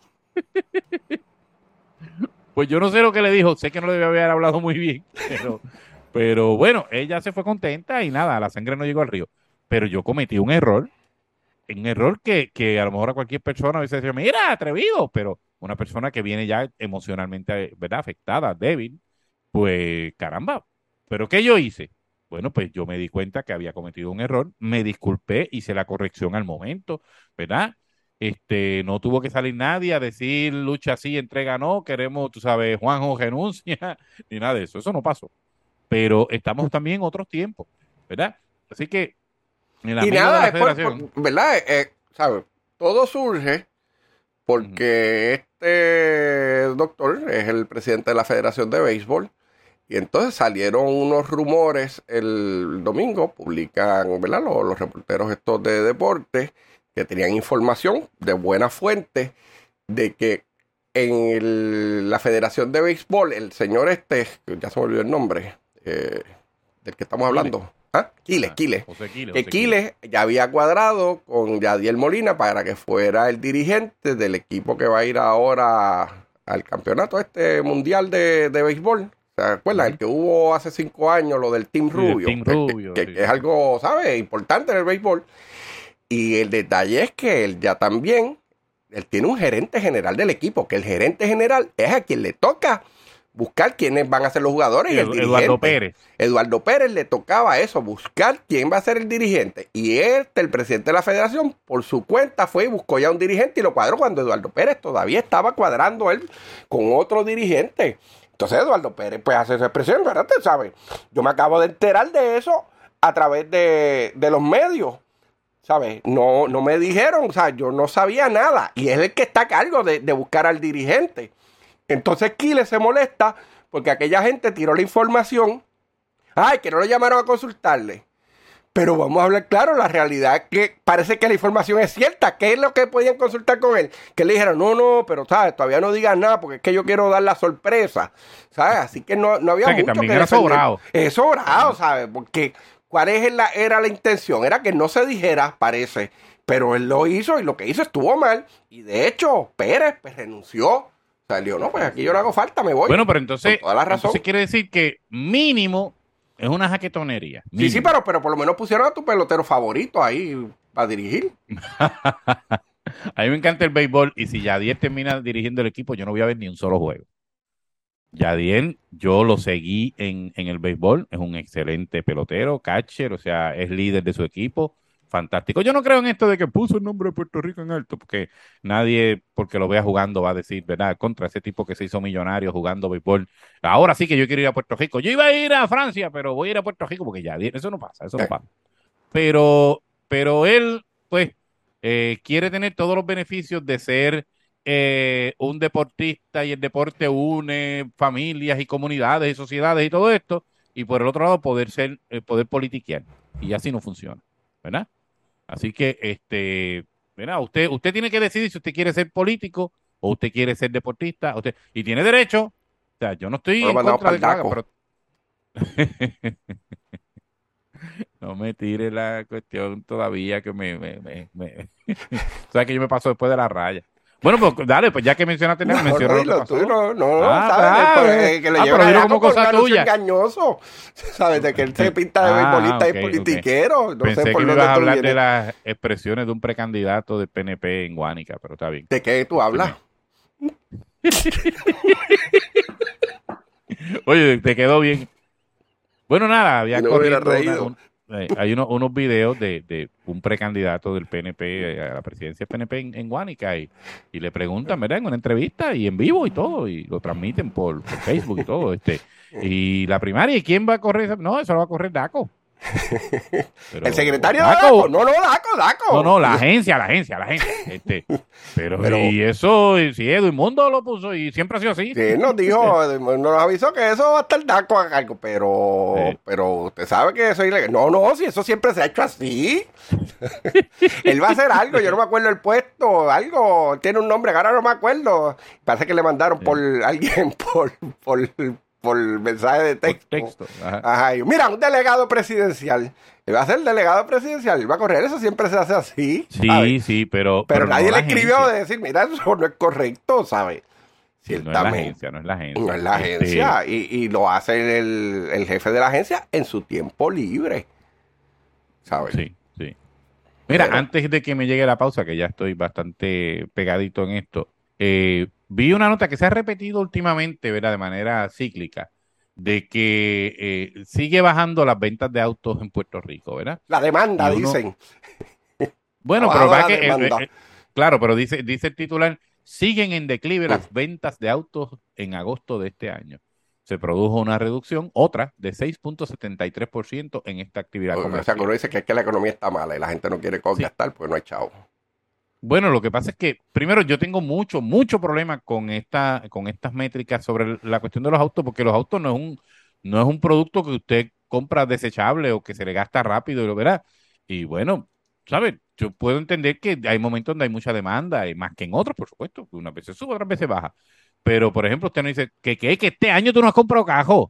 Pues yo no sé lo que le dijo, sé que no le debe haber hablado muy bien, pero, pero bueno, ella se fue contenta y nada, la sangre no llegó al río. Pero yo cometí un error, un error que, que a lo mejor a cualquier persona hubiese dicho, mira, atrevido, pero una persona que viene ya emocionalmente, ¿verdad?, afectada, débil, pues caramba, ¿pero qué yo hice? Bueno, pues yo me di cuenta que había cometido un error, me disculpé, hice la corrección al momento, ¿verdad? Este, no tuvo que salir nadie a decir lucha sí, entrega no, queremos, tú sabes, Juanjo renuncia, ni nada de eso, eso no pasó. Pero estamos también en otros tiempos, ¿verdad? Así que el Y amigo de nada, la es por, federación, por- ¿verdad? Eh, ¿sabes? Todo surge porque este doctor es el presidente de la Federación de Béisbol. Y entonces salieron unos rumores el domingo, publican, ¿verdad? Los, los reporteros estos de deporte que tenían información de buena fuente de que en el- la Federación de Béisbol, el señor este, que ya se me olvidó el nombre, eh, del que estamos Quiles. hablando, ¿ah? Quiles, Ah, Quiles. José Quiles, Que José Quiles ya había cuadrado con Yadiel Molina para que fuera el dirigente del equipo que va a ir ahora al campeonato este mundial de, de béisbol. ¿Se acuerdan? Ujú. El que hubo hace cinco años, lo del Team Sí, del Rubio. Team que, que- Rubio, que- sí, que es sí. algo, ¿sabes? Importante en el béisbol. Y el detalle es que él ya también, él tiene un gerente general del equipo, que el gerente general es a quien le toca buscar quiénes van a ser los jugadores y el Edu- dirigente. Eduardo Pérez. Eduardo Pérez le tocaba eso, buscar quién va a ser el dirigente. Y este, el presidente de la federación, por su cuenta fue y buscó ya un dirigente y lo cuadró cuando Eduardo Pérez todavía estaba cuadrando él con otro dirigente. Entonces Eduardo Pérez pues hace esa expresión, ¿verdad? Te sabe. Yo me acabo de enterar de eso a través de, de los medios. ¿Sabes? No, no me dijeron, o sea, yo no sabía nada. Y es el que está a cargo de, de buscar al dirigente. Entonces Quiles se molesta porque aquella gente tiró la información. Ay, que no lo llamaron a consultarle. Pero vamos a hablar claro, la realidad es que parece que la información es cierta. ¿Qué es lo que podían consultar con él? Que le dijeron, no, no, pero ¿sabes? Todavía no digas nada porque es que yo quiero dar la sorpresa. ¿Sabes? Así que no, no había O sea, que mucho también que era defender. sobrado. Es sobrado, ¿sabes? Porque ¿cuál es la, era la intención? Era que no se dijera, parece. Pero él lo hizo y lo que hizo estuvo mal. Y de hecho, Pérez pues, renunció. Salió, no, pues aquí yo no hago falta, me voy. Bueno, pero entonces, Con toda la razón. entonces quiere decir que mínimo es una jaquetonería. Sí, sí, mínimo. pero, pero por lo menos pusieron a tu pelotero favorito ahí para dirigir. A mí me encanta el béisbol y si Yadier termina dirigiendo el equipo, yo no voy a ver ni un solo juego. Yadier, yo lo seguí en, en el béisbol, es un excelente pelotero, catcher, o sea, es líder de su equipo, fantástico. Yo no creo en esto de que puso el nombre de Puerto Rico en alto, porque nadie, porque lo vea jugando, va a decir, ¿verdad? Contra ese tipo que se hizo millonario jugando béisbol. Ahora sí que yo quiero ir a Puerto Rico. Yo iba a ir a Francia, pero voy a ir a Puerto Rico porque Yadier, eso no pasa, eso no pasa. Pero, pero él, pues, eh, quiere tener todos los beneficios de ser eh, un deportista y el deporte une familias y comunidades y sociedades y todo esto, y por el otro lado poder ser, eh, poder politiquear. Y así no funciona, ¿verdad? Así que, este, ¿verdad? Usted, usted tiene que decidir si usted quiere ser político o usted quiere ser deportista, usted, y tiene derecho. O sea, yo no estoy No lo en mandamos contra de que lo haga, pa'l pero no me tire la cuestión todavía que me... me, me, me... o sea, que yo me paso después de la raya. Bueno, pues dale, pues ya que mencionaste, No, mencionó no, lo que lo pasó. tuyo no, no, no, Ah, ¿sabes? ah, Pues, eh. eh, que le Ah, llevan pero a dilo Jaco como con cosa un anuncio tuya. engañoso. ¿Sabes? De que él se pinta de Ah, beisbolista ok, y politiquero. No Pensé sé por que me dónde ibas a tú hablar vienes. de las expresiones de un precandidato del P N P en Guánica, pero está bien. ¿De qué tú hablas? Oye, te quedó bien. Bueno, nada, había No me hubiera corriendo una- reído. un- eh, hay unos, unos videos de, de un precandidato del P N P eh, a la presidencia del P N P en, en Guánica y, y le preguntan, ¿verdad? En una entrevista y en vivo y todo, y lo transmiten por, por Facebook y todo. este Y la primaria, ¿y quién va a correr? esa? No, eso lo va a correr Daco. el secretario de Daco, no, no, Daco, Daco. No, no, la agencia, la agencia, la agencia. Este, pero, pero y eso, si Edwin Mundo lo puso y siempre ha sido así. Sí, nos dijo, nos avisó que eso va a estar Daco a cargo, pero, sí. pero usted sabe que eso es ilegal. No, no, si eso siempre se ha hecho así. Él va a hacer algo, yo no me acuerdo el puesto, algo, tiene un nombre, ahora no me acuerdo. Parece que le mandaron sí. por alguien, por, por, por mensaje de texto. Por texto. Ajá. Ajá. Y, mira, un delegado presidencial. Él va a ser delegado presidencial, él va a correr, eso siempre se hace así. Sí, ¿sabes? Sí, pero... Pero, pero nadie no le escribió agencia. De decir, mira, eso no es correcto, ¿sabes? Sí, no es la agencia, no es la agencia. No es la este... agencia, y, y lo hace el, el jefe de la agencia en su tiempo libre, ¿sabes? Sí, sí. Mira, pero... antes de que me llegue la pausa, que ya estoy bastante pegadito en esto, eh, vi una nota que se ha repetido últimamente, ¿verdad? De manera cíclica, de que eh, sigue bajando las ventas de autos en Puerto Rico, ¿verdad? La demanda, uno... dicen. Bueno, pero va que... Eh, eh, claro, pero dice, dice el titular, siguen en declive las ventas de autos en agosto de este año. Se produjo una reducción, otra, de seis punto setenta y tres por ciento en esta actividad comercial. O sea, que uno dice que es que la economía está mala y la gente no quiere gastar sí. porque no hay chavo. Bueno, lo que pasa es que, primero, yo tengo mucho, mucho problema con esta, con estas métricas sobre la cuestión de los autos, porque los autos no es un, no es un producto que usted compra desechable o que se le gasta rápido y lo verá. Y bueno, ¿sabes? Yo puedo entender que hay momentos donde hay mucha demanda, y más que en otros, por supuesto, que unas veces sube, otras veces baja. Pero, por ejemplo, usted no dice que, que, que este año tú no has comprado cajo.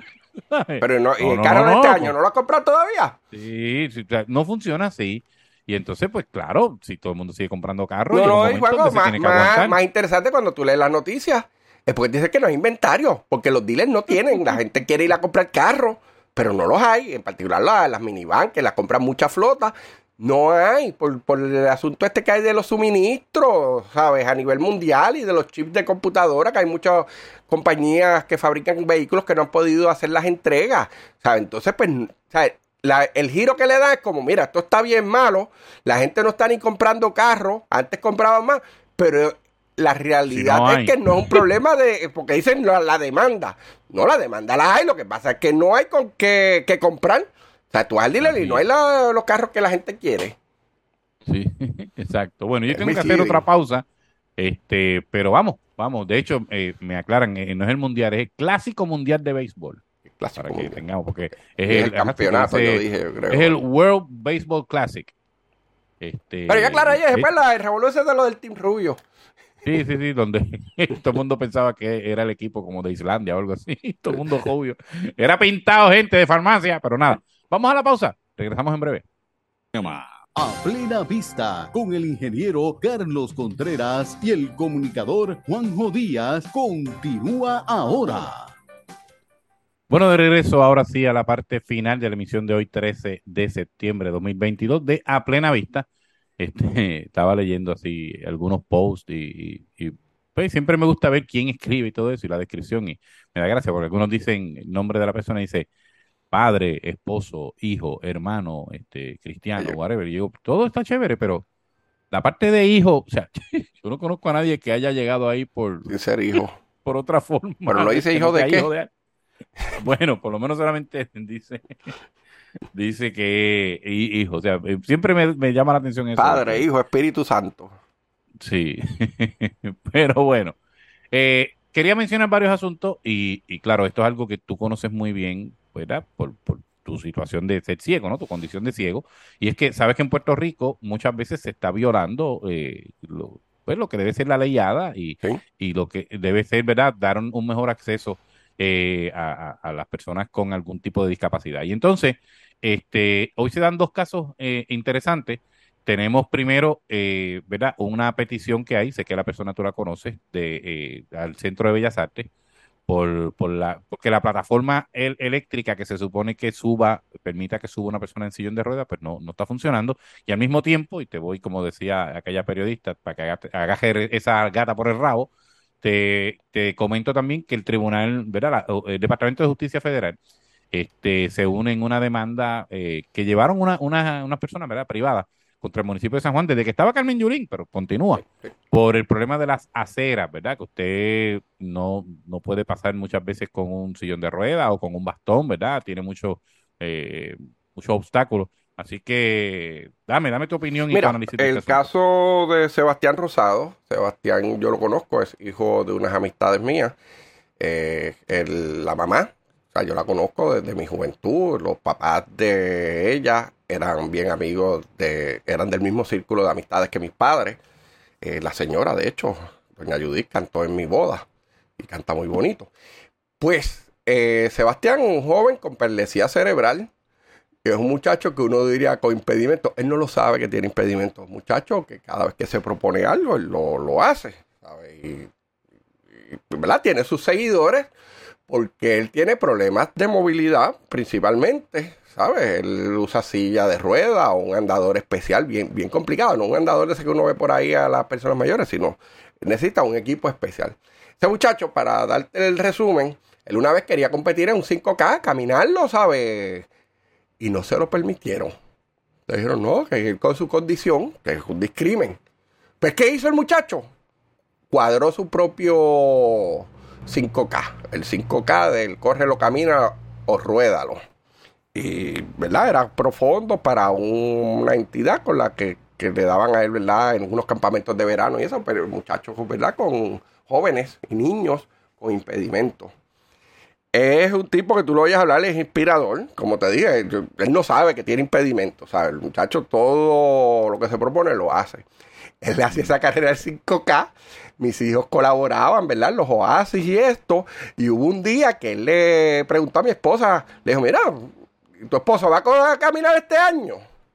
Pero no, ¿y no, el no, carro no, de este no, año no lo has comprado todavía? Sí, sí, no funciona así. Y entonces, pues claro, si todo el mundo sigue comprando carros, no, y no, igual, más, más, más interesante cuando tú lees las noticias es porque dice que no hay inventario, porque los dealers no tienen, la gente quiere ir a comprar carros, pero no los hay, en particular las, las minivan, que las compran mucha flota, no hay, por, por el asunto este que hay de los suministros, ¿sabes? A nivel mundial y de los chips de computadora, que hay muchas compañías que fabrican vehículos que no han podido hacer las entregas, ¿sabes? Entonces, pues, ¿sabes? La, el giro que le da es como, mira, esto está bien malo, la gente no está ni comprando carros, antes compraban más, pero la realidad si no es que no es un problema de, porque dicen la, la demanda, no, la demanda la hay, lo que pasa es que no hay con qué, qué comprar, o sea, tú vas al dealer y no hay la, los carros que la gente quiere. Sí, exacto. Bueno, yo es tengo que hacer otra pausa, este, pero vamos, vamos, de hecho, eh, me aclaran, eh, no es el mundial, es el Clásico Mundial de Béisbol. Clásico para que mundial. tengamos, porque es, es el, el campeonato, ese, yo dije, yo creo. Es el World Baseball Classic. Este, Pero ya claro, ayer, después la revolución de lo del Team Rubio. Sí, sí, sí, donde todo el mundo pensaba que era el equipo como de Islandia o algo así, todo el mundo rubio. Era pintado gente de farmacia, pero nada. Vamos a la pausa, regresamos en breve. A plena vista, con el ingeniero Carlos Contreras y el comunicador Juanjo Díaz, continúa ahora. Bueno, de regreso ahora sí a la parte final de la emisión de hoy, trece de septiembre de dos mil veintidós, de A Plena Vista. Este, estaba leyendo así algunos posts y, y, y pues siempre me gusta ver quién escribe y todo eso y la descripción, y me da gracia porque algunos dicen el nombre de la persona y dice padre, esposo, hijo, hermano, este, cristiano, whatever. Y yo, todo está chévere, pero la parte de hijo, o sea, yo no conozco a nadie que haya llegado ahí por sin ser hijo, por otra forma. Pero lo dice hijo de qué. Hijo de... Bueno, por lo menos solamente dice dice que hijo, o sea, siempre me, me llama la atención eso. Padre, porque... hijo, Espíritu Santo. Sí, pero bueno, eh, quería mencionar varios asuntos y, y claro, esto es algo que tú conoces muy bien, ¿verdad? Por, por tu situación de ser ciego, ¿no? Tu condición de ciego. Y es que sabes que en Puerto Rico muchas veces se está violando eh, lo, pues, lo que debe ser la ley ADA y, ¿sí? y lo que debe ser, ¿verdad? Dar un, un mejor acceso eh, a, a, a las personas con algún tipo de discapacidad. Y entonces, este, hoy se dan dos casos eh, interesantes. Tenemos primero, eh, ¿verdad? Una petición que hay, sé que la persona tú la conoces, de, eh, al Centro de Bellas Artes, por, por la, porque la plataforma el, eléctrica que se supone que suba, permita que suba una persona en sillón de ruedas, pues no, no está funcionando. Y al mismo tiempo, y te voy, como decía aquella periodista, para que agaje esa gata por el rabo, te, te comento también que el tribunal, ¿verdad? La, el Departamento de Justicia Federal, este, se une en una demanda eh, que llevaron una, una, unas personas, ¿verdad? Privadas, contra el municipio de San Juan, desde que estaba Carmen Yulín, pero continúa, por el problema de las aceras, ¿verdad? Que usted no, no puede pasar muchas veces con un sillón de ruedas o con un bastón, ¿verdad? Tiene muchos, eh, muchos obstáculos. Así que dame, dame tu opinión y tu Mira, análisis de el este asunto. caso de Sebastián Rosado, Sebastián yo lo conozco, es hijo de unas amistades mías. Eh, el- la mamá, o sea, yo la conozco desde mi juventud. Los papás de ella eran bien amigos, de, eran del mismo círculo de amistades que mis padres. Eh, la señora, de hecho, doña Judith, cantó en mi boda y canta muy bonito. Pues eh, Sebastián, un joven con paralesía cerebral, que es un muchacho que uno diría con impedimento. Él no lo sabe que tiene impedimento. Un muchacho que cada vez que se propone algo, él lo, lo hace, ¿sabe? Y, y, ¿verdad? Tiene sus seguidores porque él tiene problemas de movilidad principalmente, ¿sabes? Él usa silla de rueda o un andador especial bien, bien complicado. No un andador de ese que uno ve por ahí a las personas mayores, sino necesita un equipo especial. Ese muchacho, para darte el resumen, él una vez quería competir en un cinco K, caminarlo, ¿sabes? Y no se lo permitieron. Le dijeron, no, que con su condición, que es un discrimen. Pues, ¿qué hizo el muchacho? Cuadró su propio cinco K. El cinco K del córrelo, camina o ruédalo. Y, ¿verdad? Era profundo para un- una entidad con la que, que le daban a él, ¿verdad? En unos campamentos de verano y eso, pero el muchacho, ¿verdad? Con jóvenes y niños con impedimentos. Es un tipo que tú lo oyes hablar, es inspirador. Como te dije, yo- él no sabe que tiene impedimentos. ¿Sabes? El muchacho todo lo que se propone lo hace. Él le hacía esa carrera del cinco K. Mis hijos colaboraban, ¿verdad? Los oasis y esto. Y hubo un día que él le preguntó a mi esposa, le dijo, mira, ¿tu esposo va a caminar este año?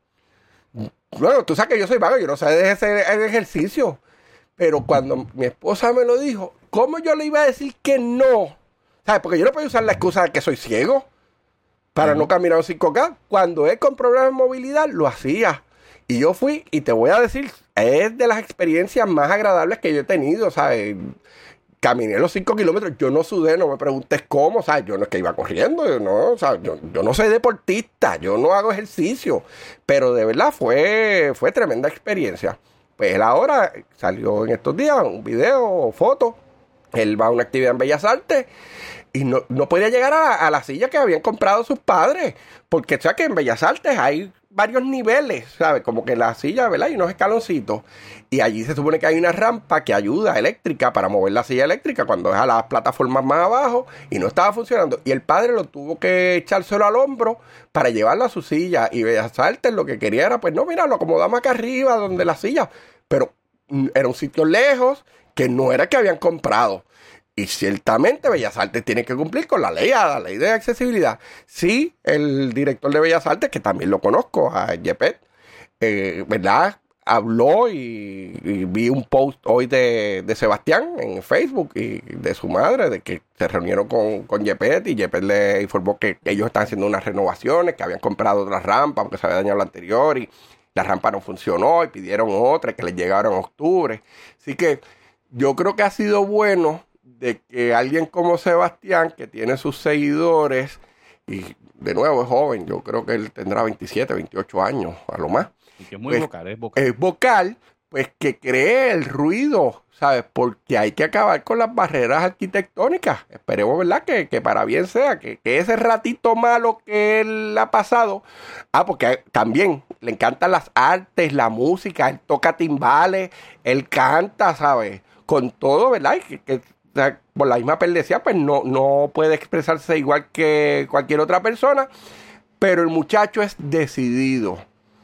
Bueno, tú sabes que yo soy vago, yo no sé de ese ejercicio. Pero cuando mi esposa me lo dijo, ¿cómo yo le iba a decir que no? ¿Sabes? Porque yo no puedo usar la excusa de que soy ciego para uh-huh. no caminar un cinco K. Cuando él con problemas de movilidad lo hacía. Y yo fui, y te voy a decir, es de las experiencias más agradables que yo he tenido, ¿sabes? Caminé los cinco kilómetros, yo no sudé, no me preguntes cómo, ¿sabes? Yo no es que iba corriendo, yo no, o sea, yo, yo no soy deportista, yo no hago ejercicio. Pero de verdad fue, fue tremenda experiencia. Pues él ahora salió en estos días un video, foto. Él va a una actividad en Bellas Artes y no, no podía llegar a, a la silla que habían comprado sus padres. Porque, o sea, que en Bellas Artes hay varios niveles, ¿sabes? Como que en la silla, ¿verdad? Hay unos escaloncitos. Y allí se supone que hay una rampa que ayuda eléctrica para mover la silla eléctrica cuando es a las plataformas más abajo y no estaba funcionando. Y el padre lo tuvo que echárselo al hombro para llevarlo a su silla. Y Bellas Artes lo que quería era, pues no, mira, lo acomodamos acá arriba donde la silla. Pero mm, era un sitio lejos que no era que habían comprado. Y ciertamente Bellas Artes tiene que cumplir con la ley, la ley de accesibilidad. Sí, el director de Bellas Artes, que también lo conozco, a Yepet, eh, ¿verdad? Habló y, y vi un post hoy de, de Sebastián en Facebook y de su madre, de que se reunieron con, con Yepet y Yepet le informó que ellos están haciendo unas renovaciones, que habían comprado otra rampa porque se había dañado la anterior y la rampa no funcionó y pidieron otra que les llegaron en octubre. Así que yo creo que ha sido bueno de que alguien como Sebastián, que tiene sus seguidores, y de nuevo es joven, yo creo que él tendrá veintisiete, veintiocho años, a lo más. Y que es muy pues, vocal, es vocal. Es vocal, pues que cree el ruido, ¿sabes? Porque hay que acabar con las barreras arquitectónicas. Esperemos, ¿verdad? Que, que para bien sea, que, que ese ratito malo que él ha pasado, ah, porque también le encantan las artes, la música, él toca timbales, él canta, ¿sabes? Con todo, ¿verdad? Que, que o sea, por la misma perlesía, pues no, no puede expresarse igual que cualquier otra persona, pero el muchacho es decidido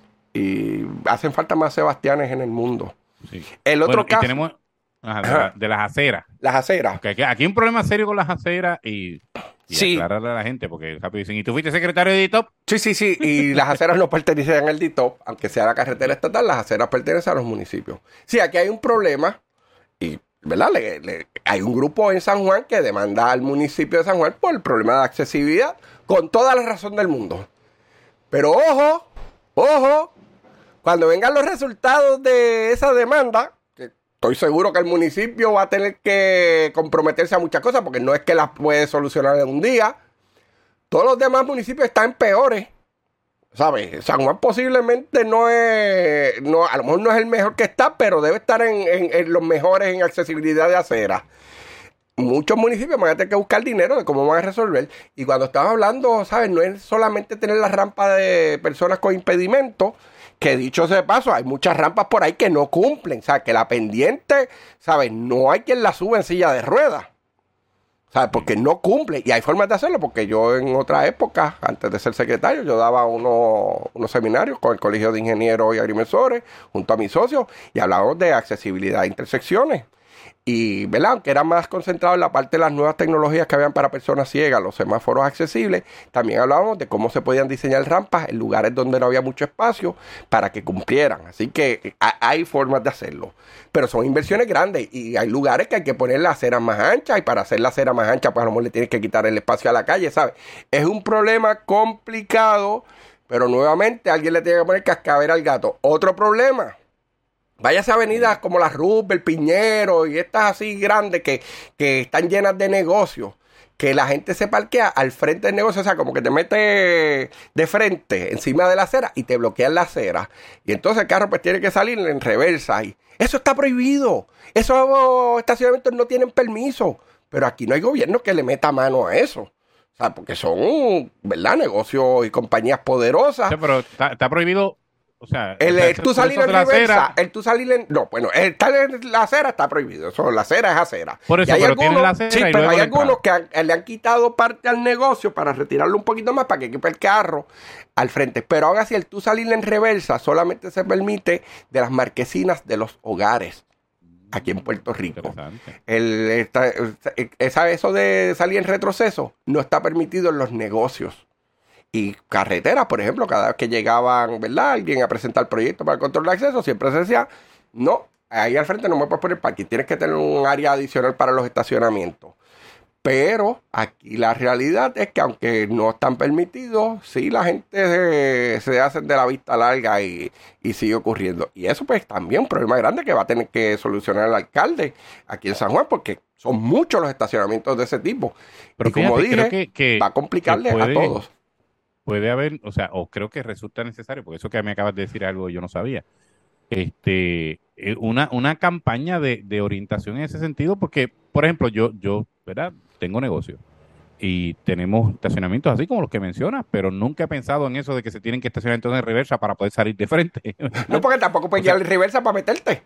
y hacen falta más Sebastianes en el mundo. Sí. El otro bueno, caso... y tenemos ajá, de, la, de las aceras. Las aceras. Okay, aquí, aquí hay un problema serio con las aceras y, y sí. aclararle a la gente, porque rápido dicen, ¿y tú fuiste secretario de D I T O P? Sí, sí, sí, y las aceras no pertenecen al D I T O P, aunque sea la carretera estatal, las aceras pertenecen a los municipios. Sí, aquí hay un problema y ¿verdad? Le, le, hay un grupo en San Juan que demanda al municipio de San Juan por el problema de accesibilidad, con toda la razón del mundo. Pero ojo, ojo, cuando vengan los resultados de esa demanda, que estoy seguro que el municipio va a tener que comprometerse a muchas cosas, porque no es que las puede solucionar en un día. Todos los demás municipios están peores. ¿Sabes? San Juan posiblemente no es, no, a lo mejor no es el mejor que está, pero debe estar en, en, en los mejores en accesibilidad de acera. muchos municipios van a tener que buscar dinero de cómo van a resolver. Y cuando estamos hablando, ¿sabes? No es solamente tener la rampa de personas con impedimentos, que dicho sea de paso, hay muchas rampas por ahí que no cumplen. O sea, que la pendiente, ¿sabes? No hay quien la suba en silla de ruedas. ¿Sabes? Porque no cumple. Y hay formas de hacerlo, porque yo en otra época, antes de ser secretario, yo daba uno, unos seminarios con el Colegio de Ingenieros y Agrimensores, junto a mis socios, y hablábamos de accesibilidad a intersecciones. Y, ¿verdad? Aunque era más concentrado en la parte de las nuevas tecnologías que habían para personas ciegas, los semáforos accesibles, también hablábamos de cómo se podían diseñar rampas en lugares donde no había mucho espacio para que cumplieran. Así que hay formas de hacerlo. Pero son inversiones grandes y hay lugares que hay que poner las aceras más anchas, y para hacer la acera más ancha, pues a lo mejor le tienes que quitar el espacio a la calle, ¿sabes? Es un problema complicado, pero nuevamente alguien le tiene que poner cascabel al gato. Otro problema. Váyase a avenidas como la Rupert, el Piñero y estas así grandes que, que están llenas de negocios, que la gente se parquea al frente del negocio, o sea, como que te mete de frente encima de la acera y te bloquean la acera. Y entonces el carro pues tiene que salir en reversa. Y eso está prohibido. Esos estacionamientos no tienen permiso. Pero aquí no hay gobierno que le meta mano a eso. O sea, porque son, ¿verdad? Negocios y compañías poderosas. Sí, pero está, está prohibido. O sea, el, o sea, el tú salir en reversa, el tú salir en... No, bueno, el estar en la acera está prohibido. Eso, la acera es acera. Por eso, y hay pero algunos, tienen la acera sí, y pero luego hay la algunos entrada. que han- le han quitado parte al negocio para retirarlo un poquito más, para que equipe el carro al frente. Pero aún así, el tú salir en reversa solamente se permite de las marquesinas de los hogares aquí en Puerto Rico. Interesante. El, esta- esa, eso de salir en retroceso no está permitido en los negocios. Y carreteras, por ejemplo, cada vez que llegaban, ¿verdad? Alguien a presentar proyectos para el control de acceso, siempre se decía, no, ahí al frente no me puedes poner parking, tienes que tener un área adicional para los estacionamientos. Pero aquí la realidad es que aunque no están permitidos, sí la gente se, se hace de la vista larga y, y sigue ocurriendo. Y eso pues también un problema grande que va a tener que solucionar el alcalde aquí en San Juan, porque son muchos los estacionamientos de ese tipo. Pero y como fíjate, dije, creo que, que- va a complicarle que puede- a todos. Puede haber, o sea, o creo que resulta necesario, porque eso que me acabas de decir es algo que yo no sabía. Este, eh, una, una campaña de, de orientación en ese sentido, porque, por ejemplo, yo, yo, ¿verdad? Tengo negocio y tenemos estacionamientos así como los que mencionas, pero nunca he pensado en eso de que se tienen que estacionar entonces en reversa para poder salir de frente. No, porque tampoco puedes O sea, llevar el reversa para meterte.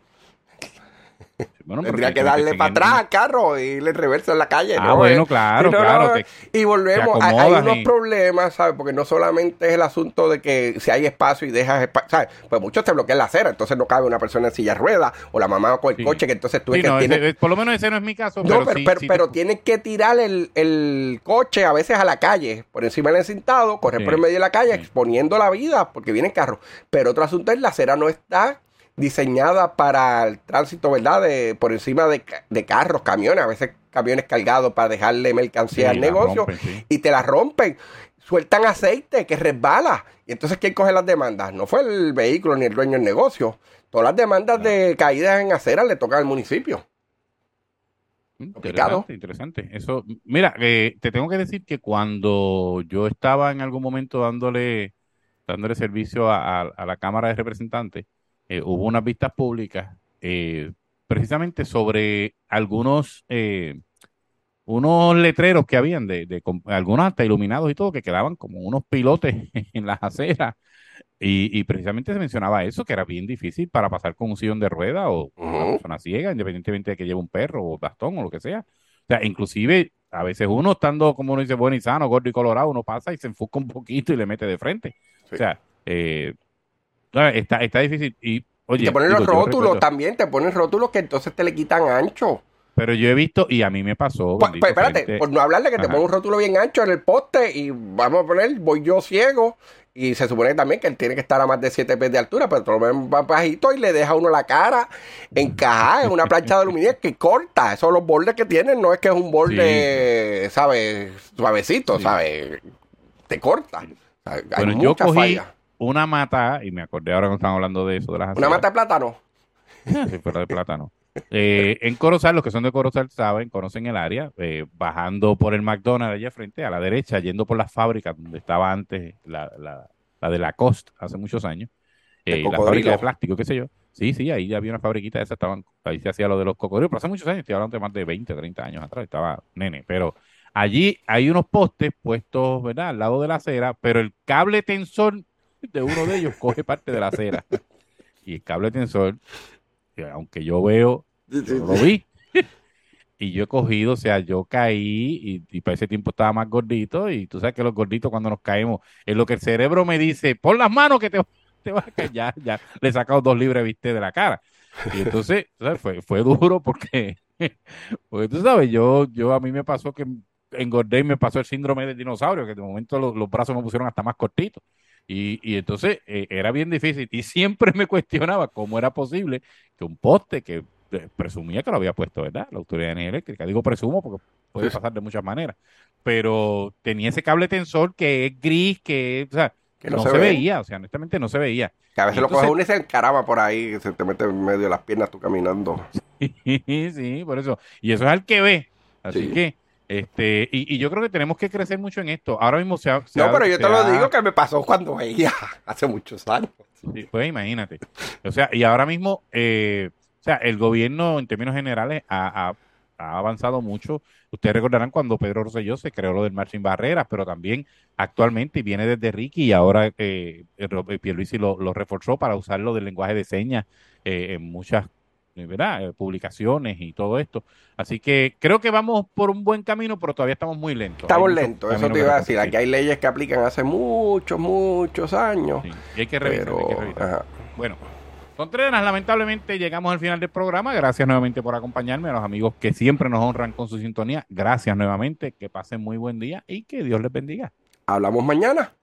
Bueno, pero Tendría si- que si- darle si- para atrás al carro y irle en reversa en la calle. Ah, ¿no? bueno, Eh, claro, no, no, claro, no. te- Y volvemos, te hay, hay acomodas unos y- problemas, ¿sabes? Porque no solamente es el asunto de que si hay espacio y dejas espacio, ¿sabes? Pues muchos te bloquean la acera, entonces no cabe una persona en silla de ruedas o la mamá con el Sí. coche, que entonces tú Sí, ves que no, tienes... ese- por lo menos ese no es mi caso, No, pero, pero, sí, pero, sí pero te- tienes que tirar el, el coche a veces a la calle, por encima del encintado, correr Sí. por el medio de la calle, Sí. exponiendo la vida, porque vienen carros. Pero otro asunto es la acera no está diseñada para el tránsito, ¿verdad? De, por encima de, ca- de carros, camiones, a veces camiones cargados para dejarle mercancía Sí, al la negocio, rompen, sí. y te la rompen. Sueltan aceite que resbala. Y entonces, ¿quién coge las demandas? No fue el vehículo ni el dueño del negocio. Todas las demandas Claro. de caídas en acera le tocan al municipio. Complicado. Interesante, interesante. Eso, mira, eh, te tengo que decir que cuando yo estaba en algún momento dándole, dándole servicio a, a- a la Cámara de Representantes, eh, hubo unas vistas públicas eh, precisamente sobre algunos eh, unos letreros que habían de, de com- algunos hasta iluminados y todo, que quedaban como unos pilotes en las aceras. Y, y precisamente se mencionaba eso, que era bien difícil para pasar con un sillón de rueda o una Ujú. persona ciega, independientemente de que lleve un perro o bastón o lo que sea. O sea, inclusive a veces uno estando, como uno dice, bueno y sano, gordo y colorado, uno pasa y se enfoca un poquito y le mete de frente. Sí. O sea, eh, no, está, está difícil. Y, Y oye, te ponen digo, los yo rótulos recuerdo- también, te ponen rótulos que entonces te le quitan ancho. pero yo he visto, y a mí me pasó. Pues, bendito, pues, espérate, frente- por no hablarle que te Ajá. pongo un rótulo bien ancho en el poste y vamos a poner, voy yo ciego y se supone también que él tiene que estar a más de siete pies de altura, pero te lo ven más bajito y le deja a uno la cara encajada en una plancha de aluminio que corta. Esos los bordes que tienen, no es que es un borde, ¿sabes? Suavecito, Sí. ¿sabes? Te corta. O sea, hay Bueno, yo muchas cogí fallas. una mata, y me acordé ahora que estamos hablando de eso, de las Una aceras. mata de plátano. Si fuera de plátano. Eh, en Corozal, los que son de Corozal saben, conocen el área, eh, bajando por el McDonald's allá frente, a la derecha, yendo por las fábricas donde estaba antes la, la, la de Lacoste hace muchos años, El eh, la cocodrilo. fábrica de plástico, qué sé yo. Sí, sí, ahí ya había una fabriquita de esas, estaban, ahí se hacía lo de los cocodrilos, pero hace muchos años, estoy hablando de más de veinte, treinta años atrás, estaba nene, pero allí hay unos postes puestos, ¿verdad?, al lado de la acera, pero el cable tensor de uno de ellos coge parte de la acera. Y el cable tensor, que aunque yo veo, Sí, yo sí, no lo sí. vi. Y yo he cogido, o sea, yo caí y, y para ese tiempo estaba más gordito y tú sabes que los gorditos cuando nos caemos, es lo que el cerebro me dice, pon las manos que te, te vas a caer, ya, ya, le he sacado dos libras, viste, de la cara. Y entonces, tú sabes, fue, fue duro porque, porque tú sabes, yo, yo a mí me pasó que engordé y me pasó el síndrome del dinosaurio, que de momento los, los brazos me pusieron hasta más cortitos. Y, y entonces eh, era bien difícil y siempre me cuestionaba cómo era posible que un poste que eh, presumía que lo había puesto, ¿verdad? La Autoridad de Energía Eléctrica. Digo presumo porque puede Sí, sí. pasar de muchas maneras. Pero tenía ese cable tensor que es gris, que, o sea, Que no no se se ve. veía, o sea, honestamente no se veía. Que a Y veces lo coge entonces, uno y se encarama por ahí, que se te mete en medio de las piernas tú caminando. sí, por eso. Y eso es al que ve. Así Sí. que, este, y, y yo creo que tenemos que crecer mucho en esto. Ahora mismo se ha, se No, ha, pero yo te se lo digo ha que me pasó cuando veía hace muchos años. Sí, pues imagínate. O sea, y ahora mismo, eh, o sea, el gobierno en términos generales ha, ha- ha avanzado mucho. Ustedes recordarán cuando Pedro Rosselló se creó lo del Mar Sin Barreras, pero también actualmente y viene desde Ricky y ahora eh, eh, Ro- eh, Pierluisi lo, lo reforzó para usarlo del lenguaje de señas eh, en muchas, eh, ¿verdad? Eh, publicaciones y todo esto. Así que creo que vamos por un buen camino, pero todavía estamos muy lentos. Hay Estamos mucho lentos, eso camino te que iba a recorrer. decir. Aquí Sí, hay leyes que aplican hace muchos, muchos años. sí. Y hay que revisar, hay que Pero, revisar. ajá. Bueno. Contreras, lamentablemente llegamos al final del programa. Gracias nuevamente por acompañarme. A los amigos que siempre nos honran con su sintonía, gracias nuevamente. Que pasen muy buen día y que Dios les bendiga. Hablamos mañana.